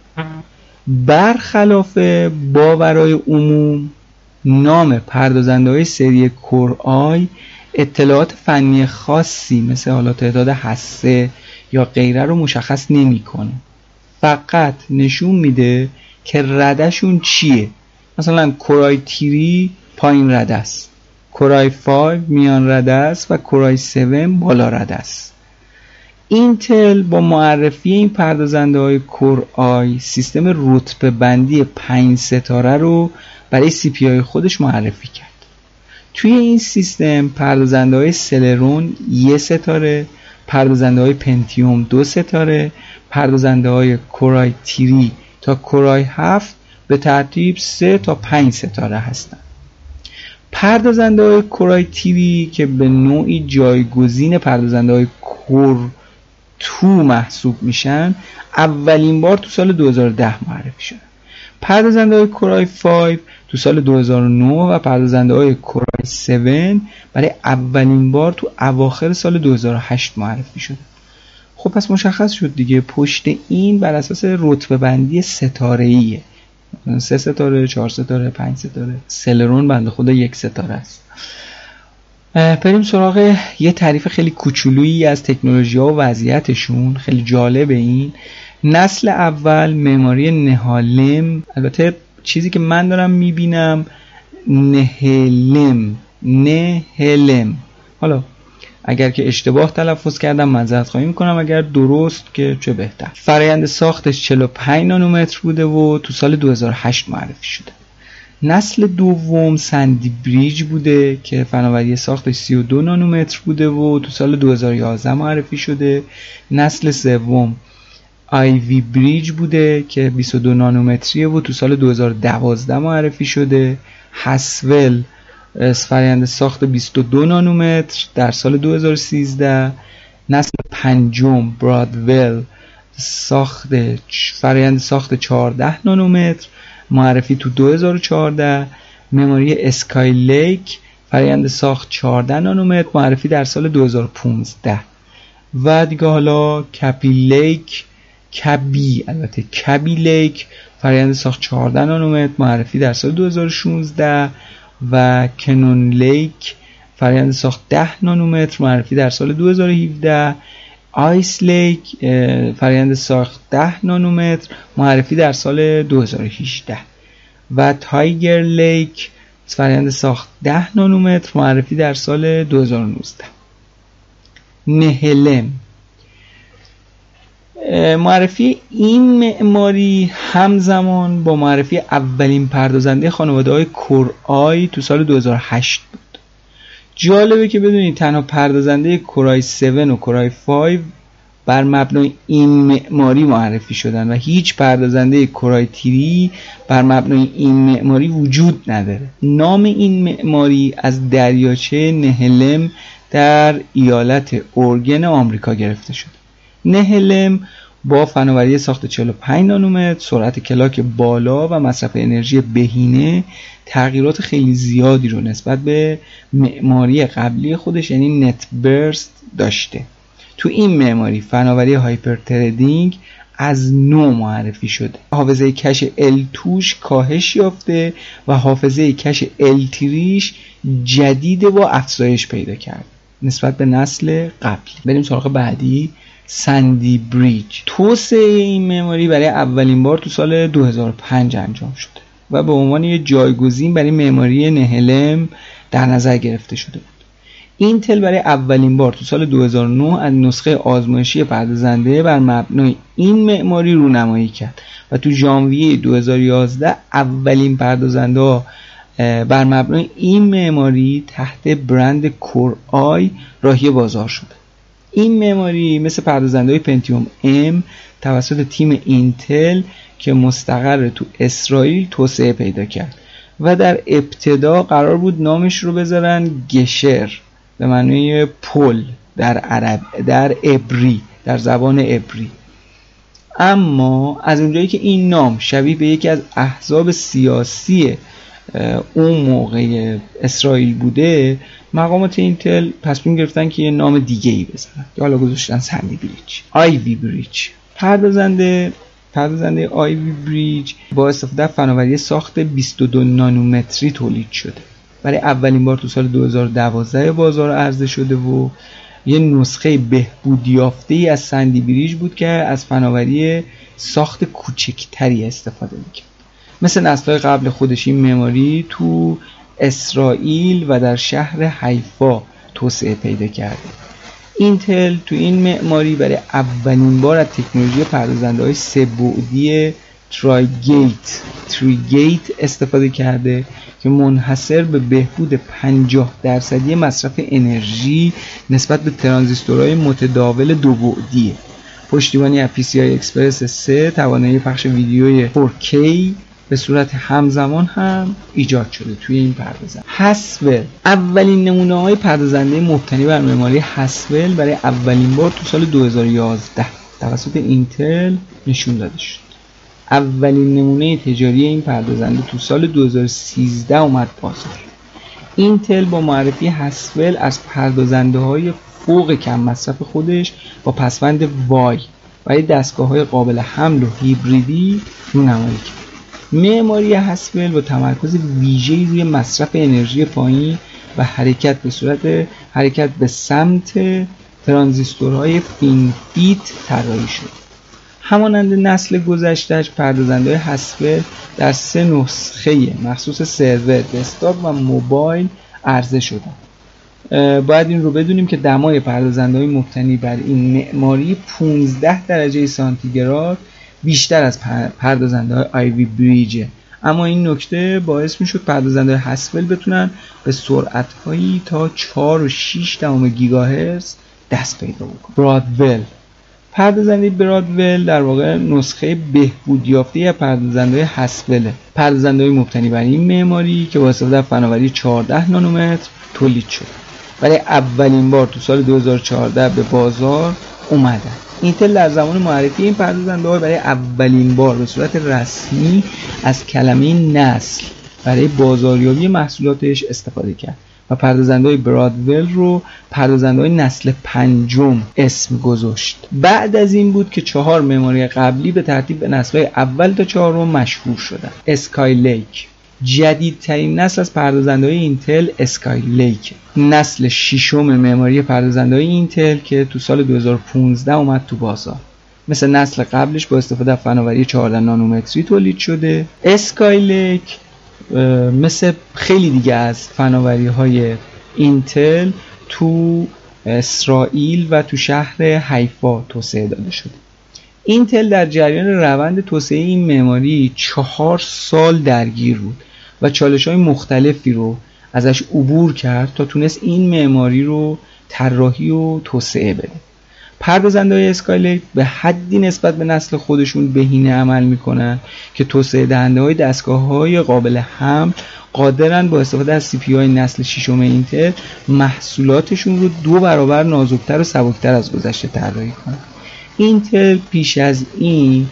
برخلاف باورهای عموم، نام پردازنده‌های سری کور آی اطلاعات فنی خاصی مثل حالا تعداد هسته یا غیره رو مشخص نمی‌کنه. فقط نشون میده که ردشون چیه. مثلا کورای تری پایین رده است، کورای پنج میان رده است و کورای هفت بالا رده است. اینتل با معرفی این پردازنده های کور آی سیستم رتبه بندی پنج ستاره رو برای سی پی آی خودش معرفی کرد. توی این سیستم پردازنده های سلرون یک ستاره، پردازنده های پنتیوم دو ستاره، پردازنده های کورای تری تا کورای هفت به ترتیب سه تا پنج ستاره هستند. پردازنده های کورای تری که به نوعی جایگزین پردازنده های کور تو محسوب میشن، اولین بار تو سال دو هزار و ده معرفی شدن. پردازنده های کورای پنج تو سال دو هزار و نه و پردازنده های کورای هفت برای اولین بار تو اواخر سال دو هزار و هشت معرفی شدن. خب پس مشخص شد دیگه، پشت این بر اساس رتبه بندی ستاره‌ایه، سه ستاره، چهار ستاره، پنج ستاره. سلرون بنده خدا یک ستاره است. بریم سراغ یه تعریف خیلی کوچولویی از تکنولوژی ها و وضعیتشون. خیلی جالبه این. نسل اول معماری نهالم، البته چیزی که من دارم میبینم نهلم نهلم حالا اگر که اشتباه تلفظ کردم معذرت خواهی میکنم، اگر درست که چه بهتر. فرآیند ساختش چهل و پنج نانومتر بوده و تو سال دو هزار و هشت معرفی شده. نسل دوم سندی بریج بوده که فناوری ساختش سی و دو نانومتر بوده و تو سال دو هزار و یازده معرفی شده. نسل سوم آیوی بریج بوده که بیست و دو نانومتریه و تو سال دو هزار و دوازده معرفی شده. هسول فرآیند ساخت بیست و دو نانومتر در سال دو هزار و سیزده. نسل پنجم برادول ساخت فرآیند ساخت چهارده نانومتر معرفی تو دو هزار و چهارده. مموری اسکای لیک فرآیند ساخت چهارده نانومتر معرفی در سال دو هزار و پانزده. و دیگه حالا کپی لیک کبی البته کبی لیک فرآیند ساخت چهارده نانومتر معرفی در سال دو هزار و شانزده. و کنون لیک فرآیند ساخت ده نانومتر معرفی در سال دو هزار و هفده. آیس لیک فرآیند ساخت ده نانومتر معرفی در سال دو هزار و هجده. و تایگر لیک فرآیند ساخت ده نانومتر معرفی در سال دو هزار و نوزده. نهلم معرفی این معماری همزمان با معرفی اولین پردازنده خانواده‌های کورآی تو سال دو هزار و هشت بود. جالبه که بدونید تنها پردازنده کورآی هفت و کورآی پنج بر مبنای این معماری معرفی شدن و هیچ پردازنده کورآی سه بر مبنای این معماری وجود نداره. نام این معماری از دریاچه نهلم در ایالت اورگن آمریکا گرفته شده. نهلم با فناوری ساخت چهل و پنج نانومتر، سرعت کلاک بالا و مصرف انرژی بهینه تغییرات خیلی زیادی رو نسبت به معماری قبلی خودش یعنی نت برست داشته. تو این معماری فناوری هایپر تریدینگ از نو معرفی شده. حافظه کش ال توش کاهش یافته و حافظه کش ال تریش جدید و افزایش پیدا کرد نسبت به نسل قبلی. بریم سراغ بعدی، سندی بریج. توسعه این معماری برای اولین بار تو سال دو هزار و پنج انجام شده و به عنوان یک جایگزین برای معماری نهلم در نظر گرفته شده بود. اینتل برای اولین بار تو سال دو هزار و نه از نسخه آزمایشی پردازنده بر مبنای این معماری رونمایی کرد و تو ژانویه دو هزار و یازده اولین پردازنده ها بر مبنای این معماری تحت برند کورآی راهی بازار شده. این معماری مثل پردازنده‌های پنتیوم ام توسط تیم اینتل که مستقر تو اسرائیل توسعه پیدا کرد و در ابتدا قرار بود نامش رو بذارن گشر به معنی پل در عرب در عبری در زبان عبری. اما از اونجایی که این نام شبیه به یکی از احزاب سیاسی اون موقع اسرائیل بوده، مقامات اینتل تصمیم گرفتن که یه نام دیگه ای بزنن که حالا گذاشتن سندی بریج. آیوی بریج پردازنده پردازنده آیوی بریج با استفاده از فناوری ساخت بیست و دو نانومتری تولید شده. برای اولین بار تو سال دو هزار و دوازده بازار عرضه شده و یه نسخه بهبود یافته‌ای از سندی بریج بود که از فناوری ساخت کوچکتری استفاده می‌کرد. مثل نسل‌های قبل خودش این معماری تو اسرائیل و در شهر حیفا توسعه پیدا کرده. اینتل تو این معماری برای اولین بار از تکنولوژی پردازنده‌های سه بعدی ترایگیت تریگیت استفاده کرده که منحصر به بهبود پنجاه درصدی مصرف انرژی نسبت به ترانزیستورهای متداول دو بعدیه. پشتیبانی از پی سی آی اکسپرس سه، توانایی پخش ویدیوی فور کی به صورت همزمان هم ایجاد شده توی این پردازنده. هسول اولین نمونه های پردازنده مبتنی بر معماری هسول برای اولین بار تو سال دو هزار و یازده توسط اینتل نشون داده شد. اولین نمونه تجاری این پردازنده تو سال دو هزار و سیزده اومد بازار. اینتل با معرفی هسول از پردازنده های فوق کم مصرف خودش با پسوند وای برای دستگاه های قابل حمل و هیبریدی رونمایی کرد. معماری هسول با تمرکز ویژه‌ای روی مصرف انرژی پایین و حرکت به صورت حرکت به سمت ترانزیستورهای فینفیت طراحی شد. همانند نسل گذشته‌اش پردازنده‌های هسول در سه نسخه مخصوص سرور، دسکتاپ و موبایل عرضه شدند. باید این رو بدونیم که دمای پردازنده‌های مبتنی بر این معماری پانزده درجه سانتیگراد بیشتر از پردازنده‌های آیوی بریجه، اما این نکته باعث میشد پردازنده‌های هسول بتونن به سرعت‌هایی تا چهار و شش دهم گیگاهرتز دست پیدا بکنن. برادول پردازنده برادول در واقع نسخه بهبود یافته از پردازنده‌های هسوله. پردازنده‌های مبتنی بر این معماری که با استفاده از فناوری چهارده نانومتر تولید شد. ولی اولین بار تو سال دو هزار و چهارده به بازار اومدن. اینتل در زمان معرفی این پردازنده‌ها برای اولین بار به صورت رسمی از کلمه نسل برای بازاریابی محصولاتش استفاده کرد و پردازنده‌های برادول رو پردازنده‌های نسل پنجم اسم گذاشت. بعد از این بود که چهار معماری قبلی به ترتیب به نسل‌های اول تا چهارم مشهور شدند. اسکای لیک جدیدترین نسل از پردازنده‌های اینتل اسکای لیک، نسل ششم معماری پردازنده‌های اینتل که تو سال دو هزار و پانزده اومد تو بازار. مثل نسل قبلش با استفاده از فناوری چهارده نانومتری تولید شده. اسکای لیک مثل خیلی دیگه از فناوری‌های اینتل تو اسرائیل و تو شهر حیفا توسعه داده شده. اینتل در جریان روند توسعه این معماری چهار سال درگیر بود و چالش‌های مختلفی رو ازش عبور کرد تا تونست این معماری رو طراحی و توسعه بده. پردازنده‌های اسکایلیک به حدی نسبت به نسل خودشون بهینه عمل میکنن که توسعه دهنده‌های دستگاه‌های قابل حمل قادرن با استفاده از سی پی یو های نسل ششم اینتل محصولاتشون رو دو برابر نازک‌تر و سبک‌تر از گذشته طراحی کنن. اینتل پیش از این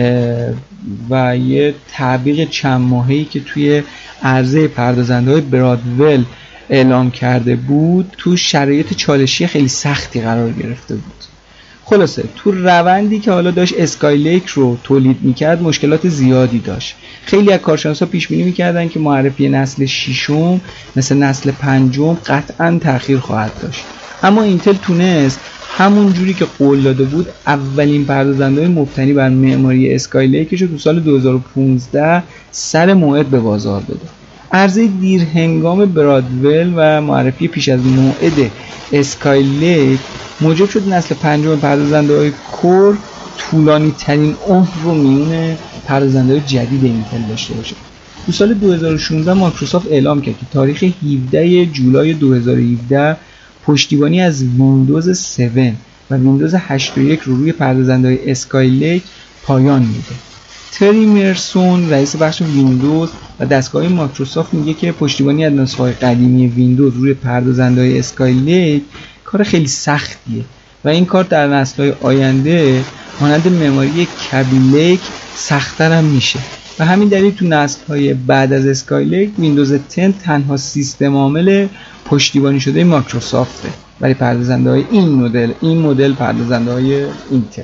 و یه تعویق چند ماهه‌ای که توی عرضه پردازنده‌های برادول اعلام کرده بود تو شرایط چالشی خیلی سختی قرار گرفته بود. خلاصه تو روندی که حالا داشت اسکای لیک رو تولید میکرد مشکلات زیادی داشت. خیلی از کارشناسا پیش بینی میکردن که معرفی نسل ششم مثل نسل پنجم قطعاً تأخیر خواهد داشت، اما اینتل تونست همون جوری که قول داده بود اولین پردازنده‌های مبتنی بر معماری اسکای لیکش رو تو سال دو هزار و پانزده سر موعد به بازار بده. عرضه دیر هنگام برادول و معرفی پیش از موعد اسکای لیک موجب شد نسل پنجم پردازنده‌های کور طولانی ترین عمر رو میون پردازنده‌های جدید اینتل داشته باشه. تو سال دو هزار و شانزده مایکروسافت اعلام کرد که تاریخ هفدهم جولای دو هزار و هفده پشتیبانی از ویندوز هفت و ویندوز هشت و یک رو روی پردازنده‌های اسکای لیک پایان میده. تری مرسون رئیس بخش ویندوز و دستگاه مایکروسافت میگه که پشتیبانی از نسخه‌های قدیمی ویندوز روی پردازنده‌های اسکای لیک کار خیلی سختیه و این کار در نسل‌های آینده مانند معماری کبی لیک سخت‌تر هم میشه و همین دلیل تو نسل‌های بعد از اسکای لیک ویندوز ده تنها سیستم عامل پشتیبانی شده مایکروسافته برای پردازنده‌های این مدل این مدل پردازنده‌های اینتل.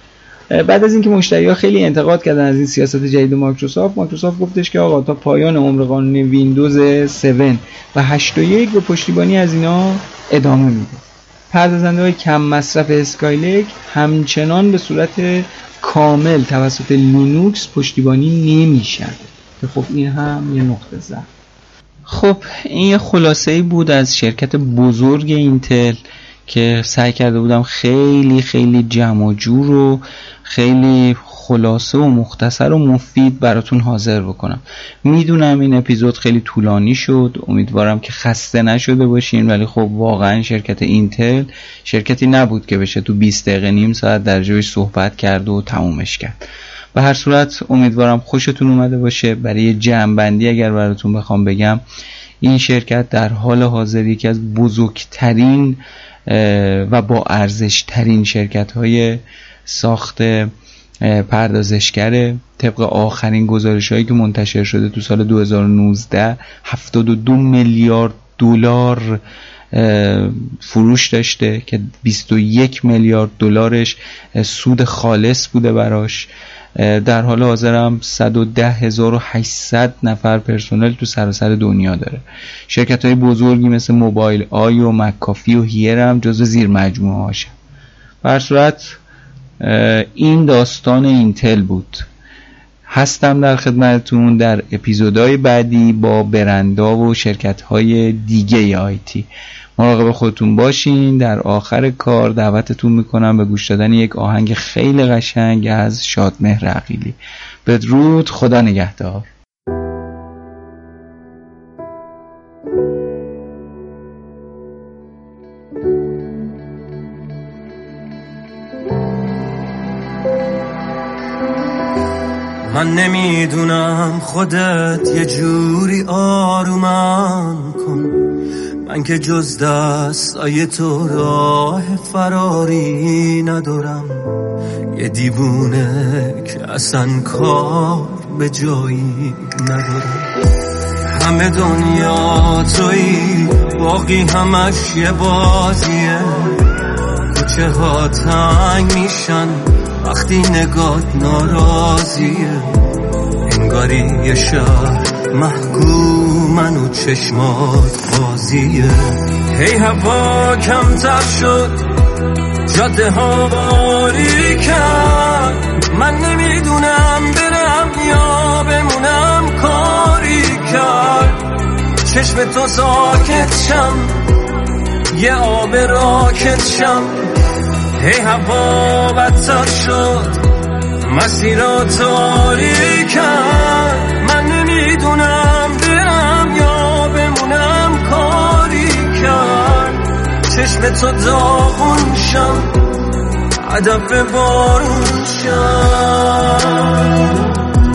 بعد از اینکه مشتری‌ها خیلی انتقاد کردن از این سیاست جدید مایکروسافت، مایکروسافت گفتش که آقا تا پایان عمر قانونی ویندوز هفت و هشت و یک به پشتیبانی از اینا ادامه میده. پردازنده‌های کم مصرف اسکای لیک همچنان به صورت کامل توسط لینوکس پشتیبانی نمیشن که خب این هم یه نقطه ضعف. خب این یه خلاصه‌ای بود از شرکت بزرگ اینتل که سعی کرده بودم خیلی خیلی جمع و جور و خیلی خلاصه و مختصر و مفید براتون حاضر بکنم. میدونم این اپیزود خیلی طولانی شد، امیدوارم که خسته نشده باشین، ولی خب واقعا شرکت اینتل شرکتی نبود که بشه تو بیست دقیقه نیم ساعت در جایش صحبت کرد و تمومش کرد. به هر صورت امیدوارم خوشتون اومده باشه. برای جمع‌بندی اگر براتون بخوام بگم، این شرکت در حال حاضر یکی از بزرگترین و با ارزش ترین شرکت های ساخت پردازشگره. طبق آخرین گزارش هایی که منتشر شده تو سال دو هزار و نوزده هفتاد و دو میلیارد دلار فروش داشته که بیست و یک میلیارد دلارش سود خالص بوده براش. در حال حاضر هم صد و ده هزار و هشتصد نفر پرسنل تو سراسر دنیا داره. شرکت های بزرگی مثل موبایل آی و مکافی و هیر هم جزو زیر مجموعه هاشه. به هر صورت این داستان اینتل بود. هستم در خدمتتون در اپیزودهای بعدی با برندها و شرکت های دیگه آیتی. مراقب خودتون باشین. در آخر کار دعوتتون میکنم به گوش دادن یک آهنگ خیلی قشنگ از شادمهر عقیلی. بدرود، خدا نگهدار. من نمیدونم خودت یه جوری آرومم کن، من که جز دستای تو راه فراری ندارم، یه دیوونه که اصلا کار به جایی ندارم. همه دنیا تویی، باقی همش یه بازیه، کوچه ها تنگ میشن وقتی نگات ناراضیه، انگاری یه شهر محکومن و چشمات بازیه. هی هوا کمتر شد، جاده ها باری کرد، من نمیدونم برم یا بمونم، کاری کرد چشم تو ساکت شم، یه آب راکت شم. هی هوا بدتر شد، مسیرها تاری کرد، من نمیدونم برم یا بمونم، کاری کرد چشم تو داغون شم، هدف بارون شم.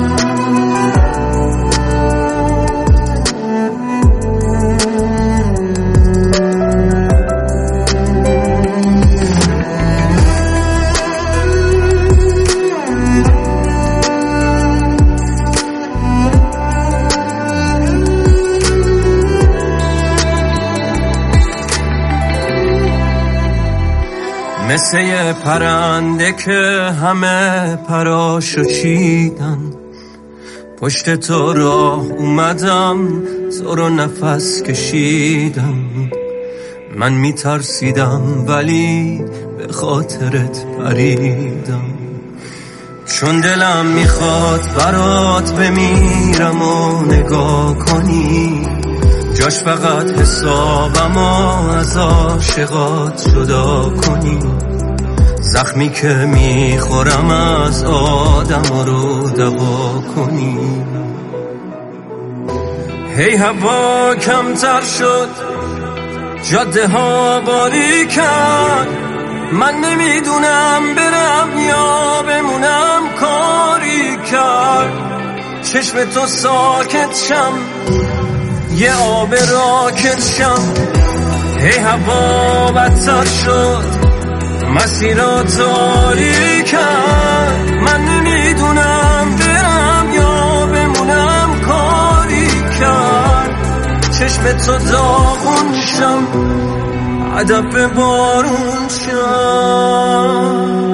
مثل یه پرنده که همه پراشو چیدن، پشت تو راه اومدم، تو رو نفس کشیدم. من میترسیدم ولی به خاطرت پریدم، چون دلم میخواد برات بمیرم و نگاه کنی، جاش فقط حسابم و از عاشقات جدا کنی. زخمی که میخورم از آدم رو دوا کنی. هی هوا کمتر شد، جاده ها باری کرد، من نمیدونم برم یا بمونم، کاری کرد چشم تو ساکت شم، یه آب راکت شم. هی هوا بدتر شد، مسیرها تاری کرد، من نمیدونم برم یا بمونم، کاری کرد چشم تو داغون شم، هدف بارون شم.